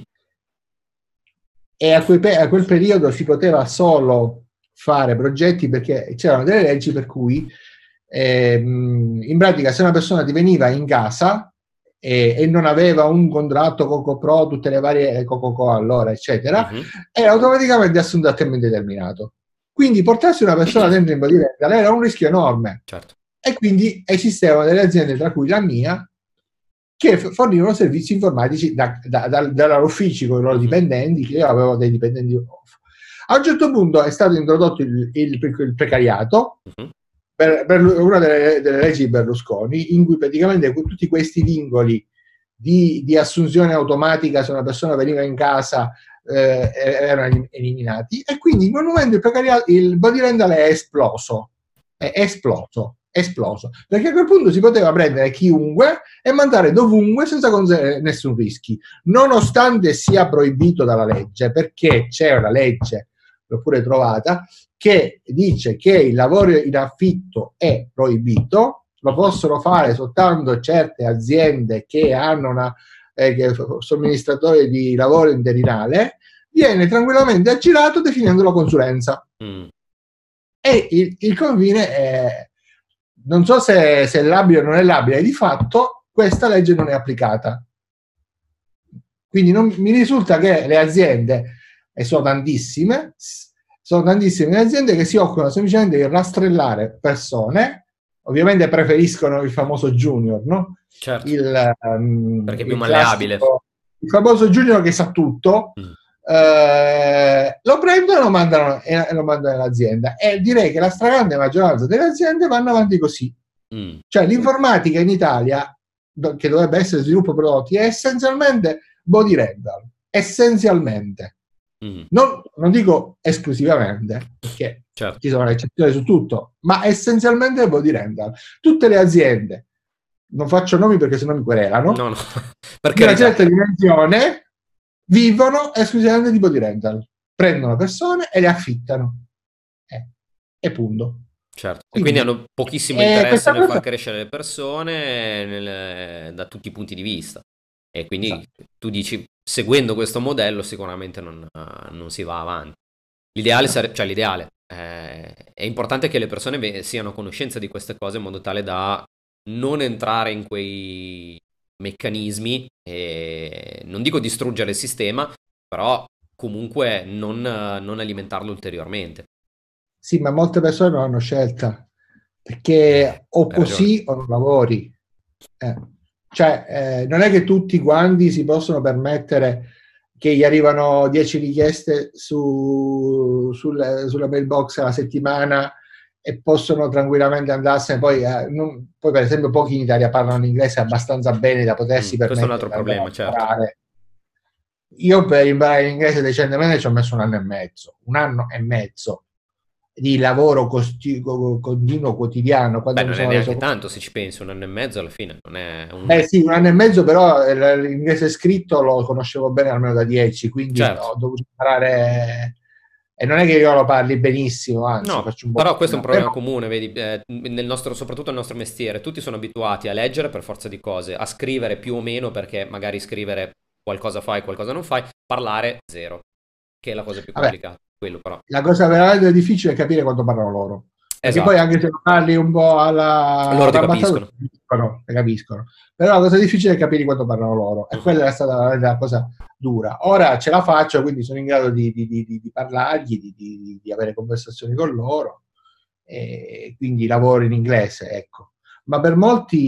E a quel, a quel periodo si poteva solo fare progetti perché c'erano delle leggi per cui eh, in pratica se una persona ti veniva in casa e, e non aveva un contratto Cocopro, tutte le varie Cococo allora eccetera, mm-hmm. era automaticamente assunto a tempo indeterminato. Quindi portarsi una persona dentro in body rental era un rischio enorme. Certo. E quindi esistevano delle aziende, tra cui la mia, che fornivano servizi informatici da, da, da, da loro uffici con i loro dipendenti, che io avevo dei dipendenti off. A un certo punto è stato introdotto il, il, il precariato uh-huh. per, per una delle, delle leggi di Berlusconi, in cui praticamente tutti questi vincoli di, di assunzione automatica se una persona veniva in casa eh, erano eliminati, e quindi in quel momento il precariato, il body rental è esploso, è esploso. esploso, perché a quel punto si poteva prendere chiunque e mandare dovunque senza nessun rischio, nonostante sia proibito dalla legge, perché c'è una legge, l'ho pure trovata, che dice che il lavoro in affitto è proibito, lo possono fare soltanto certe aziende che hanno una eh, che somministratore di lavoro interinale, viene tranquillamente aggirato definendolo consulenza. Mm. E il, il confine è non so se, se è labile o non è labile, di fatto questa legge non è applicata. Quindi non, mi risulta che le aziende, e sono tantissime, sono tantissime le aziende che si occupano semplicemente di rastrellare persone, ovviamente preferiscono il famoso junior, no? Certo, Il, um, perché è più il malleabile. classico, il famoso junior che sa tutto, Mm. eh, lo prendono e lo mandano, e lo mandano nell'azienda. E direi che la stragrande maggioranza delle aziende vanno avanti così. Mm. Cioè l'informatica in Italia, che dovrebbe essere sviluppo prodotti, è essenzialmente body rental, essenzialmente. Mm. Non, non dico esclusivamente, perché Certo. ci sono le eccezioni su tutto, ma essenzialmente body rental. Tutte le aziende, non faccio nomi perché sennò mi querelano, No, no, per di una carità. certa dimensione vivono esclusivamente di body rental. Prendono persone e le affittano. Eh, e punto. Certo. E Quindi, quindi hanno pochissimo eh, interesse questa nel far cosa... crescere le persone nel- da tutti i punti di vista. E quindi Esatto. tu dici, seguendo questo modello sicuramente non, non si va avanti. L'ideale sarebbe, cioè l'ideale, eh, è importante che le persone ve- siano a conoscenza di queste cose in modo tale da non entrare in quei meccanismi e non dico distruggere il sistema, però comunque non, non alimentarlo ulteriormente. Sì, ma molte persone non hanno scelta, Eh, perché o hai ragione. così o non lavori. Eh. Cioè, eh, non è che tutti quanti si possono permettere che gli arrivano dieci richieste su, sul, sulla mailbox alla settimana e possono tranquillamente andarsene. Poi, eh, non, poi, per esempio, pochi in Italia parlano inglese abbastanza bene da Mm, potersi questo è un permettere altro di andare a problema, certo. lavorare. Io per imparare l'inglese decentemente ci ho messo un anno e mezzo, un anno e mezzo di lavoro costi- continuo quotidiano. Beh, Quando mi non è sono reso neanche conto, tanto se ci pensi, un anno e mezzo alla fine, non è un... eh sì, un anno e mezzo, però eh, l'inglese scritto lo conoscevo bene almeno da dieci, quindi Certo. ho dovuto imparare. E non è che io lo parli benissimo, anzi, No, faccio un po' però questo è un fatica, però problema comune, vedi, eh, nel nostro, soprattutto nel nostro mestiere, tutti sono abituati a leggere per forza di cose, a scrivere più o meno perché magari scrivere qualcosa fai, qualcosa non fai, parlare zero, che è la cosa più vabbè, complicata, quello però. la cosa veramente difficile è capire quando parlano loro. Perché poi Esatto, anche se lo parli un po' alla loro ti arrabbiato, capiscono. capiscono, le capiscono. Però la cosa difficile è capire quando parlano loro. E Mhm. quella è stata la cosa dura. Ora ce la faccio, quindi sono in grado di, di, di, di parlargli, di, di, di avere conversazioni con loro. E quindi lavoro in inglese, ecco. Ma per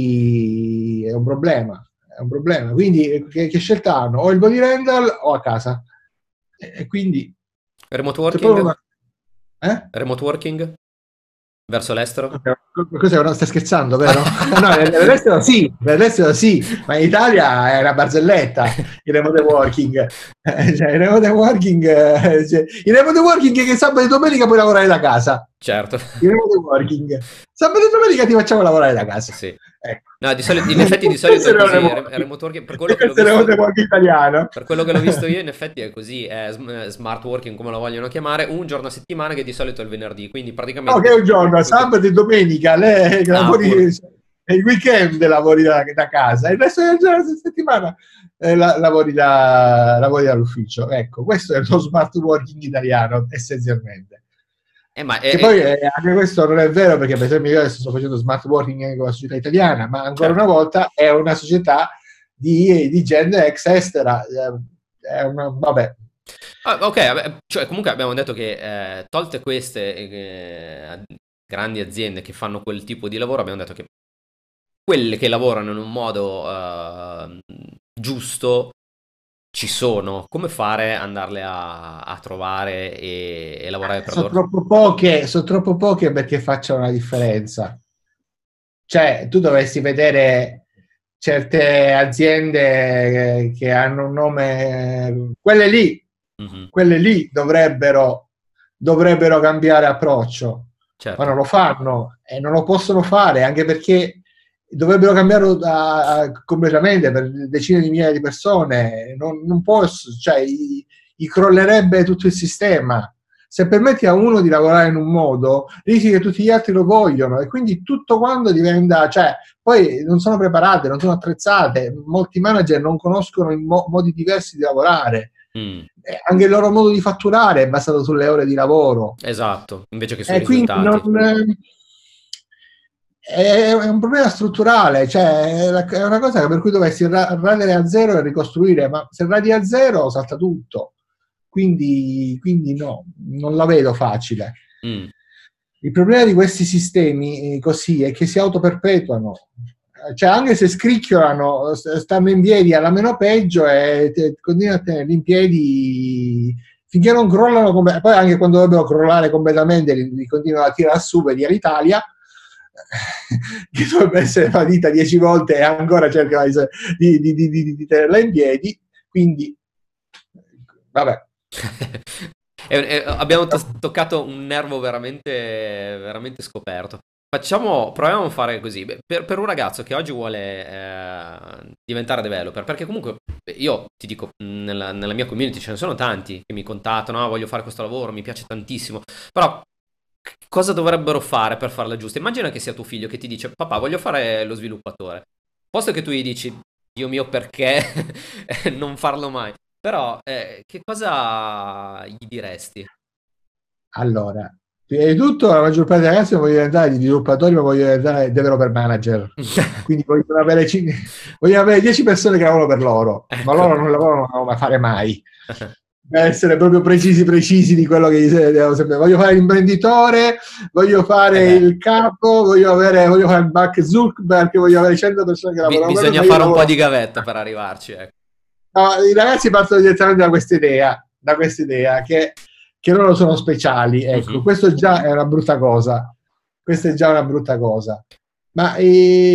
molti è un problema. È un problema. Quindi che, che scelta hanno? O il body rental o a casa. E, e quindi Remote se poi working? una... Eh? Remote working? Verso l'estero? Cos'è? Non stai scherzando, vero? No, nell'estero sì, nell'estero sì, ma in Italia è una barzelletta il remote working. Eh, cioè, il remote working, eh, cioè, il remote working che sabato e domenica puoi lavorare da casa. Certo. Il remote working. Sabato e domenica ti facciamo lavorare da casa. Sì. Ecco. No, di solito, in effetti di solito Questo è è il così, remote re- working. remote working, per E quello che l'ho questo è il remote visto, working italiano. per quello che l'ho visto io in effetti è così, è sm- smart working come lo vogliono chiamare, un giorno a settimana che di solito è il venerdì, quindi No, che è praticamente un giorno, tutti... sabato e domenica, lei che Ah, lavori, pure. e il weekend lavori da, da casa, il resto del giorno della settimana eh, la, lavori, da, lavori dall'ufficio. Ecco, questo è lo smart working italiano, essenzialmente. Eh, ma Che è, poi è- eh, anche questo non è vero, perché per esempio io adesso sto facendo smart working anche con la società italiana, ma ancora una certo. volta è una società di, di gente ex estera. Eh, È una, vabbè, Ah, ok, vabbè, cioè comunque abbiamo detto che eh, tolte queste eh, grandi aziende che fanno quel tipo di lavoro, abbiamo detto che quelle che lavorano in un modo eh, giusto ci sono, come fare ad andarle a, a trovare e, e lavorare per sono loro? troppo poche, sono troppo poche perché facciano la differenza. Cioè, tu dovresti vedere certe aziende che, che hanno un nome, quelle lì, Mhm, quelle lì dovrebbero, dovrebbero cambiare approccio, ma certo. non lo fanno e non lo possono fare anche perché dovrebbero cambiarlo da, a, completamente per decine di migliaia di persone. Non, non posso, cioè, gli, gli crollerebbe tutto il sistema. Se permetti a uno di lavorare in un modo, rischi che tutti gli altri lo vogliono e quindi tutto quanto diventa, cioè, poi non sono preparate, non sono attrezzate, molti manager non conoscono i mo- modi diversi di lavorare, Mm, eh, anche il loro modo di fatturare è basato sulle ore di lavoro esatto, invece che sui e quindi risultati. non, eh, è, è un problema strutturale, cioè è, la- è una cosa per cui dovresti ra- radere a zero e ricostruire, ma se radi a zero salta tutto. quindi, quindi no, non la vedo facile. Mm. Il problema di questi sistemi eh, così è che si autoperpetuano, cioè anche se scricchiolano, stanno in piedi alla meno peggio e te, continuano a tenerli in piedi finché non crollano, come, poi anche quando dovrebbero crollare completamente li, li continuano a tirare su, vedi l'Italia che dovrebbe essere fallita dieci volte e ancora cerca di, di, di, di, di tenerla in piedi, quindi vabbè. E, e abbiamo to- toccato un nervo veramente, veramente scoperto. Facciamo, proviamo a fare così. Beh, Per, per un ragazzo che oggi vuole eh, diventare developer, perché comunque io ti dico, nella, nella mia community ce ne sono tanti che mi contattano, "Ah, voglio fare questo lavoro, mi piace tantissimo, però c- cosa dovrebbero fare per farla giusta? Immagina che sia tuo figlio che ti dice, papà, voglio fare lo sviluppatore. Posto che tu gli dici, Dio mio, perché non farlo mai? Però, eh, che cosa gli diresti? Allora, prima di tutto la maggior parte dei ragazzi non vogliono diventare sviluppatori, ma vogliono diventare developer manager. Quindi vogliono avere, cin- vogliono avere dieci persone che lavorano per loro, ma Ecco. loro non lavorano, non lo fare mai. Deve essere proprio precisi, precisi di quello che gli devo sempre. Voglio fare l'imprenditore, voglio Eh fare beh, il capo, voglio, avere, voglio fare il Mark Zuckerberg, voglio avere cento persone che bi- lavorano per me, bisogna ma io fare un po' lavoro. di gavetta per arrivarci, ecco. No, i ragazzi partono direttamente da questa idea, da questa idea che, che loro sono speciali. Ecco, Mhm. questo già è una brutta cosa. Questa è già una brutta cosa. Ma eh,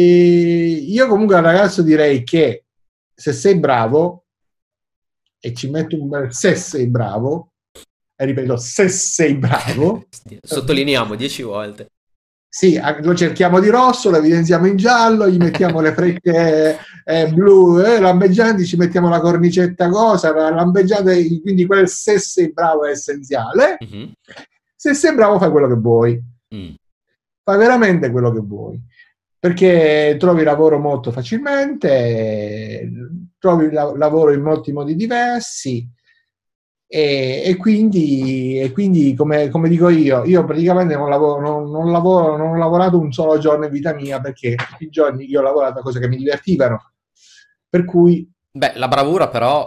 io comunque al ragazzo direi che se sei bravo, e ci metto un bel se sei bravo, e ripeto, se sei bravo, Sottolineiamo dieci volte. sì, lo cerchiamo di rosso, lo evidenziamo in giallo, gli mettiamo le frecce eh, blu eh, lampeggianti, ci mettiamo la cornicetta cosa, la lampeggiante, quindi quel se sei bravo è essenziale. Mhm. Se sei bravo fai quello che vuoi, Mm. fai veramente quello che vuoi, perché trovi lavoro molto facilmente, trovi la- lavoro in molti modi diversi e, e quindi, e quindi come, come dico io, io praticamente non lavoro, non, non lavoro, non ho lavorato un solo giorno in vita mia perché tutti i giorni io ho lavorato a cose che mi divertivano, per cui Beh, la bravura però,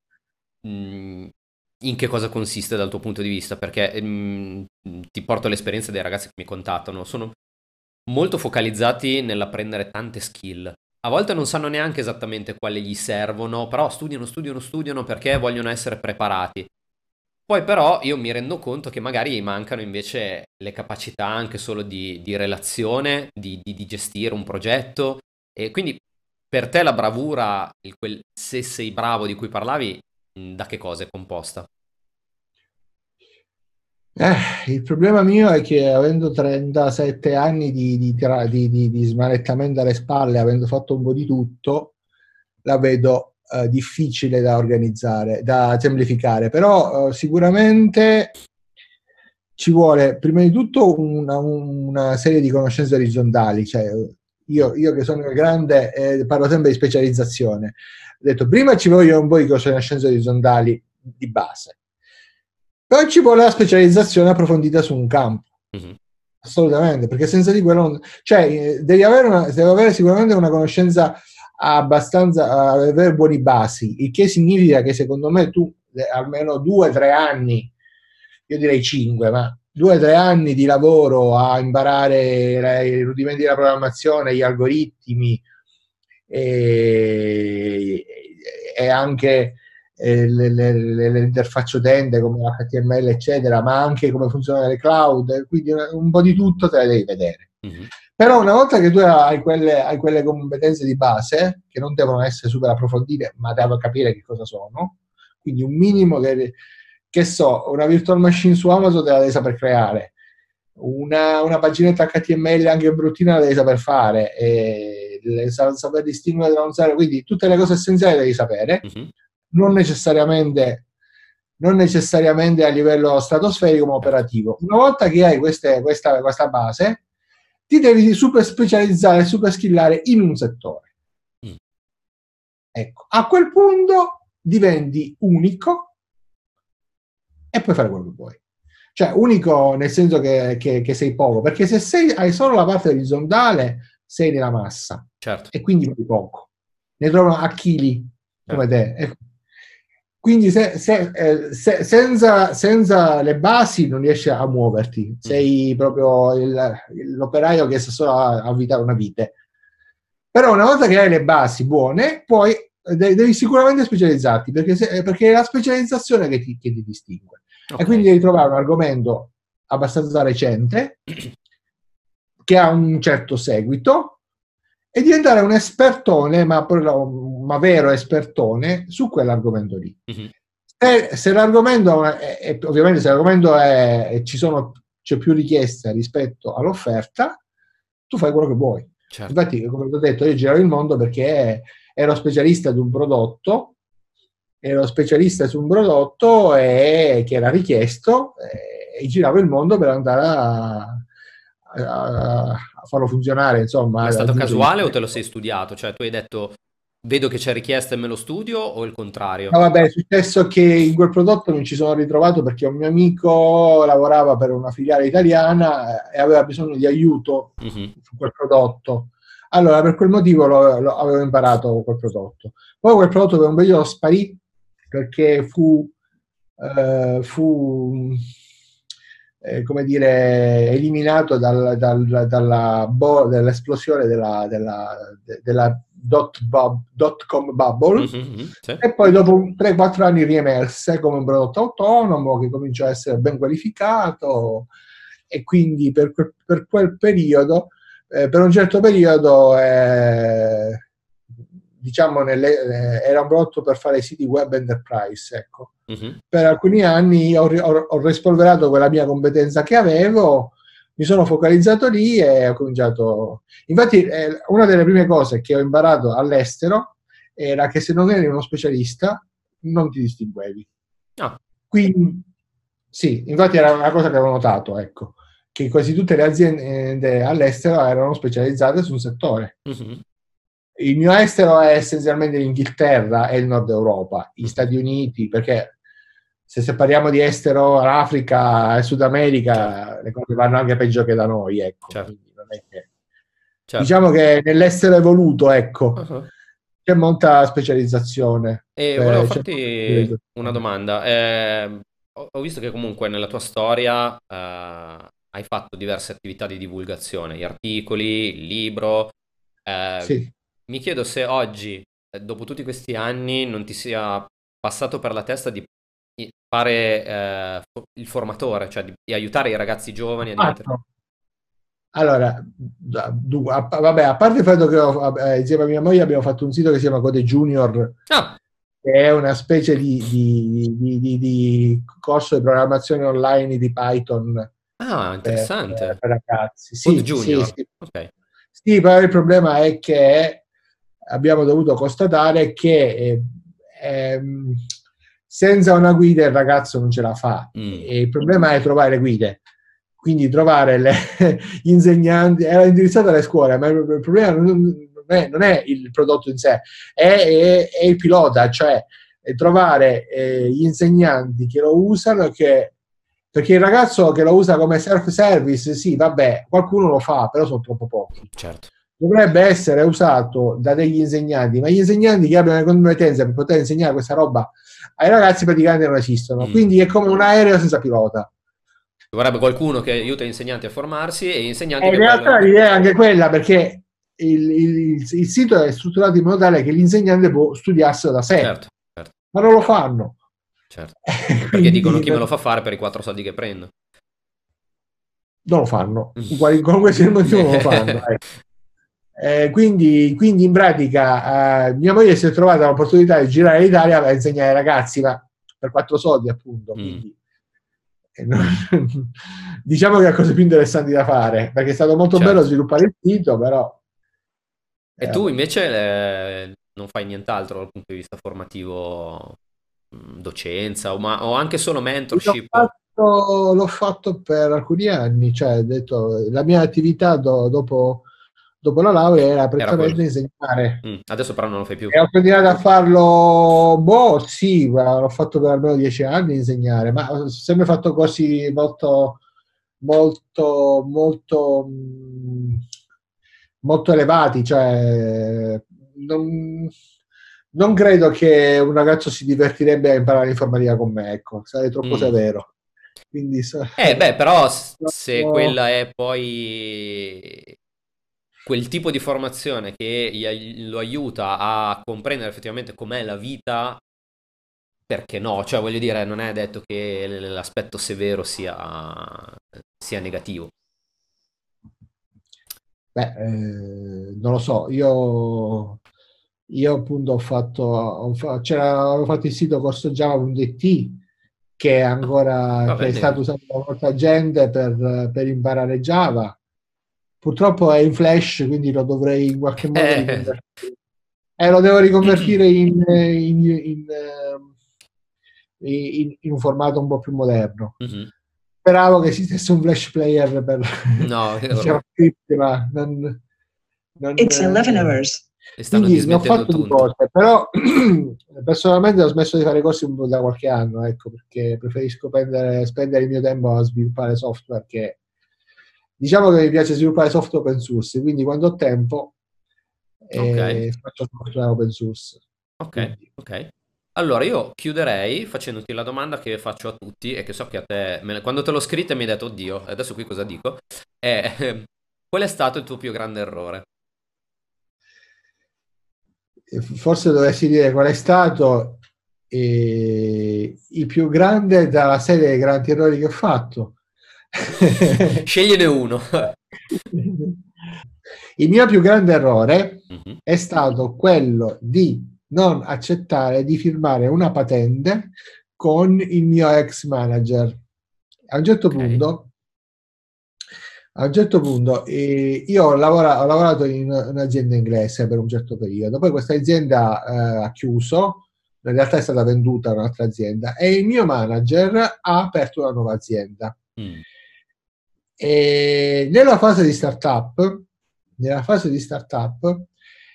mh, in che cosa consiste dal tuo punto di vista? Perché mh, ti porto l'esperienza dei ragazzi che mi contattano, sono molto focalizzati nell'apprendere tante skill. A volte non sanno neanche esattamente quali gli servono, però studiano, studiano, studiano perché vogliono essere preparati. Poi però io mi rendo conto che magari mancano invece le capacità anche solo di, di relazione, di, di- di gestire un progetto. E quindi per te la bravura, il- quel se sei bravo di cui parlavi, mh, da che cosa è composta? Eh, il problema mio è che avendo trentasette anni di, di, tra- di- di- di smanettamento alle spalle, avendo fatto un po' di tutto, la vedo eh, difficile da organizzare, da semplificare, però eh, sicuramente ci vuole prima di tutto una, una serie di conoscenze orizzontali, cioè Mm, io, io che sono grande eh, parlo sempre di specializzazione. Ho detto prima ci vogliono un po' di conoscenze orizzontali di base, poi ci vuole la specializzazione approfondita su un campo, mhm, assolutamente, perché senza di quello, non, cioè, eh, devi avere, una, devi avere sicuramente una conoscenza abbastanza, uh, avere buoni basi, il che significa che secondo me tu eh, almeno due o tre anni, io direi cinque, ma due o tre anni di lavoro a imparare i rudimenti della programmazione, gli algoritmi e, e anche eh, le, le, le, le interfacce utente come H T M L eccetera, ma anche come funzionano le cloud, quindi un po' di tutto te le devi vedere. mhm, Però una volta che tu hai quelle, hai quelle competenze di base, che non devono essere super approfondite, ma devo capire che cosa sono, quindi un minimo che, che so, una virtual machine su Amazon te la devi saper creare, una, una paginetta H T M L anche bruttina la devi saper fare, e le, saper distinguere tra un zero, quindi tutte le cose essenziali le devi sapere, mhm. non necessariamente, non necessariamente a livello stratosferico ma Certo. operativo. Una volta che hai queste, questa, questa base, ti devi super specializzare, super skillare in un settore. Mm, Ecco, a quel punto diventi unico e puoi fare quello che vuoi. Cioè, unico nel senso che, che, che sei poco, perché se sei, hai solo la parte orizzontale, sei nella massa certo, e quindi fai poco. Ne trovano a chili come certo. te. quindi se, se, eh, se, senza, senza le basi non riesci a muoverti, sei proprio il, l'operaio che sa solo a avvitare una vite. Però una volta che hai le basi buone, poi de- devi sicuramente specializzarti, perché, se, perché è la specializzazione che ti, che ti distingue. E quindi Ok. devi trovare un argomento abbastanza recente, che ha un certo seguito, e diventare un espertone, ma, ma vero espertone, su quell'argomento lì. Mhm. Se, se l'argomento è, è, ovviamente se l'argomento è, ci sono, c'è più richiesta rispetto all'offerta, tu fai quello che vuoi. Certo. Infatti, come ho detto, io giravo il mondo perché ero specialista di un prodotto, ero specialista su un prodotto e, che era richiesto, e, e giravo il mondo per andare a, a, a farlo funzionare, insomma, Ma è dal stato punto di casuale o vista. te lo sei studiato? Cioè, tu hai detto, vedo che c'è richiesta e me lo studio, o il contrario? No, vabbè, è successo che in quel prodotto mi ci sono ritrovato perché un mio amico lavorava per una filiale italiana e aveva bisogno di aiuto Mhm. su quel prodotto. Allora, per quel motivo lo, lo avevo imparato quel prodotto. Poi quel prodotto per un periodo sparì perché fu, eh, fu eh, come dire, eliminato dal, dal, dalla bo- dall'esplosione della, della, della dot, bub, dot com bubble, Mhm, mhm, sì. e poi dopo tre quattro anni riemerse come un prodotto autonomo che cominciò a essere ben qualificato, e quindi per, quel- per quel periodo, eh, per un certo periodo, eh, diciamo, nelle, eh, era un prodotto per fare siti web enterprise, ecco. Mhm. Per alcuni anni ho, ho, ho rispolverato quella mia competenza che avevo, mi sono focalizzato lì e ho cominciato. Infatti, eh, una delle prime cose che ho imparato all'estero era che se non eri uno specialista non ti distinguevi. Ah, Quindi, sì, infatti era una cosa che avevo notato, ecco, che quasi tutte le aziende all'estero erano specializzate su un settore. mhm, Il mio estero è essenzialmente l'Inghilterra e il Nord Europa, gli mhm, Stati Uniti, perché se, se parliamo di estero, l'Africa e Sud certo, America, le cose vanno anche peggio che da noi, ecco. certo, Quindi non è che... certo. Diciamo che nell'essere evoluto, ecco, Ah. c'è molta specializzazione. E volevo Eh, c'è molta farti una specializzazione. domanda. Eh, ho, ho visto che comunque nella tua storia eh, hai fatto diverse attività di divulgazione, gli articoli, il libro. Eh, Sì. Mi chiedo se oggi, eh, dopo tutti questi anni, non ti sia passato per la testa di di fare eh, fo- il formatore, cioè di, di aiutare i ragazzi giovani a diventare... Fatto. Allora, du- a, vabbè, a parte il fatto che ho, eh, insieme a mia moglie abbiamo fatto un sito che si chiama Code Junior, Ah, che è una specie di, di- di- di- di corso di programmazione online di Python ah, per, interessante. per ragazzi. Code Sì, sì, Junior. sì. Ok. Sì, però il problema è che abbiamo dovuto constatare che eh, ehm, senza una guida il ragazzo non ce la fa. Mm, E il problema è trovare le guide, quindi trovare le, gli insegnanti. Era indirizzata alle scuole, ma il, il problema non, non, è, non è il prodotto in sé, è, è, è il pilota, cioè trovare eh, gli insegnanti che lo usano, che, perché il ragazzo che lo usa come self-service, sì, vabbè, qualcuno lo fa, però sono troppo pochi. certo. Dovrebbe essere usato da degli insegnanti, ma gli insegnanti che abbiano le competenze per poter insegnare questa roba ai ragazzi praticamente non esistono. Mm. Quindi è come un aereo senza pilota. Ci vorrebbe qualcuno che aiuta gli insegnanti a formarsi e gli insegnanti E in che poi realtà lo... l'idea è anche quella, perché il, il, il sito è strutturato in modo tale che l'insegnante può studiarselo da sé, Certo, certo, ma non lo fanno. certo. Perché dicono Quindi chi me lo fa fare per i quattro soldi che prendo. non lo fanno, qualunque sia il motivo non lo fanno. Ecco. Eh, quindi, quindi in pratica eh, mia moglie si è trovata l'opportunità di girare l'Italia per insegnare ai ragazzi, ma per quattro soldi appunto. Mm, Quindi eh, non, diciamo che ha cose più interessanti da fare, perché è stato molto bello certo. sviluppare il sito, però E eh, tu vabbè. invece eh, non fai nient'altro dal punto di vista formativo, mm, docenza o, ma- o anche solo L'ho mentorship? fatto, l'ho fatto per alcuni anni, cioè detto, la mia attività do- dopo, dopo la laurea era Era quello. prettamente insegnare. Mm, adesso però non lo fai più. E ho continuato a farlo, boh, sì, guarda, l'ho fatto per almeno dieci anni insegnare, ma ho sempre fatto corsi molto, molto, molto, mh, molto elevati, cioè non, non credo che un ragazzo si divertirebbe a imparare informatica con me, ecco, sarei troppo Mm. severo. Quindi so- Eh, beh, però s- se no, quella è poi quel tipo di formazione che gli ai- lo aiuta a comprendere effettivamente com'è la vita, perché no? Cioè, voglio dire, non è detto che l- l'aspetto severo sia, sia negativo. beh, eh, non lo so, io, io appunto ho fatto, ho fa- c'era, avevo fatto il sito corso java punto it che è Ah, ancora, va che è bene. stato usato da molta gente per, per imparare Java. Purtroppo è in Flash, quindi lo dovrei in qualche modo Eh. riconvertire. Eh, lo devo riconvertire in, in, in, ehm, in- in un formato un po' più moderno. Mhm. Speravo che esistesse un Flash player per No, ormai JavaScript, ma non, non, It's eleven eh, hours. li stanno quindi ne ho dismettendo fatto di tutti. cose, però personalmente ho smesso di fare corsi un po' da qualche anno, ecco, perché preferisco prendere- spendere il mio tempo a sviluppare software che diciamo che mi piace sviluppare software open source, quindi quando ho tempo Ok, eh, faccio software open source. ok, Quindi, ok. Allora io chiuderei facendoti la domanda che faccio a tutti e che so che a te, me- quando te l'ho scritta mi hai detto, oddio, adesso qui cosa dico? È, ehm, qual è stato il tuo più grande errore? eh, forse dovessi dire qual è stato eh, il più grande dalla serie dei grandi errori che ho fatto. Scegliene uno. Il mio più grande errore Mhm. è stato quello di non accettare di firmare una patente con il mio ex manager. A un certo Ok. punto, a un certo punto eh, io ho, lavora- ho lavorato in un'azienda inglese per un certo periodo, poi questa azienda eh, ha chiuso, in realtà è stata venduta a un'altra azienda e il mio manager ha aperto una nuova azienda. Mm. E nella fase di startup, nella fase di startup,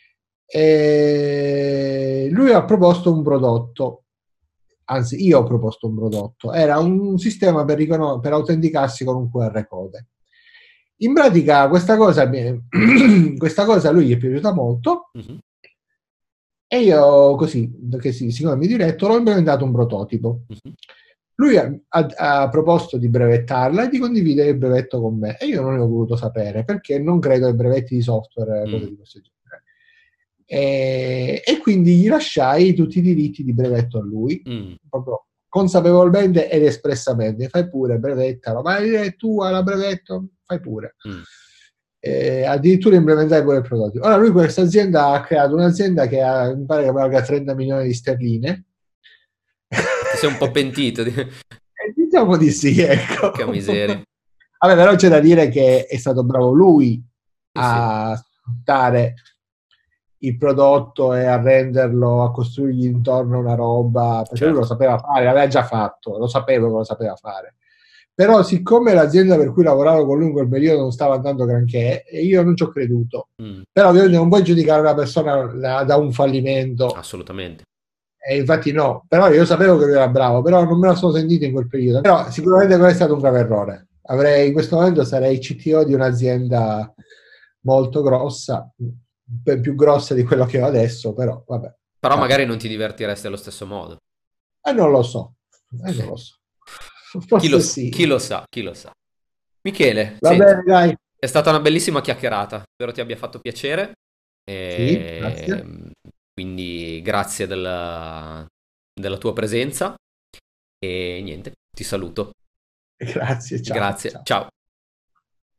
eh, lui ha proposto un prodotto, anzi io ho proposto un prodotto, era un sistema per, riconos- per autenticarsi con un Q R code. In pratica questa cosa, mi- questa cosa a lui gli è piaciuta molto Mhm. e io così, perché sì, siccome mi diretto, l'ho implementato un prototipo. Mhm. Lui ha, ha- ha proposto di brevettarla e di condividere il brevetto con me e io non ne ho voluto sapere perché non credo ai brevetti di software, cose Mm. di questo genere. E, e quindi gli lasciai tutti i diritti di brevetto a lui, Mm. proprio consapevolmente ed espressamente. Fai pure, brevettalo, ma è tua la brevetto, fai pure. Mm. Eh, addirittura implementai pure il prototipo. Ora lui questa azienda ha creato un'azienda che ha, mi pare che valga trenta milioni di sterline. E ti sei un po' pentito di... Eh, diciamo di sì, ecco. Porca miseria. Vabbè, però c'è da dire che è stato bravo lui Sì, sì, a sfruttare il prodotto e a renderlo, a costruirgli intorno una roba, perché lui lo certo. sapeva fare, l'aveva già fatto, lo sapevo che lo sapeva fare. Però siccome l'azienda per cui lavoravo con lui in quel periodo non stava andando granché, e io non ci ho creduto. Mm. Però ovviamente non puoi giudicare una persona da, da un fallimento, Assolutamente. e infatti no, però io sapevo che lui era bravo, però non me la sono sentito in quel periodo. Però sicuramente quello è stato un grave errore. Avrei, in questo momento sarei C T O di un'azienda molto grossa, ben più grossa di quello che ho adesso, però vabbè, Però magari capita. non ti divertiresti allo stesso modo. E non lo so, e non lo so. Chi lo, Forse s- chi sì. lo sa, chi lo sa. Michele, Va senti, bene, dai. è stata una bellissima chiacchierata, spero ti abbia fatto piacere. Sì, grazie. E quindi grazie della, della tua presenza e niente, ti saluto. Grazie, ciao. Grazie, Ciao. ciao.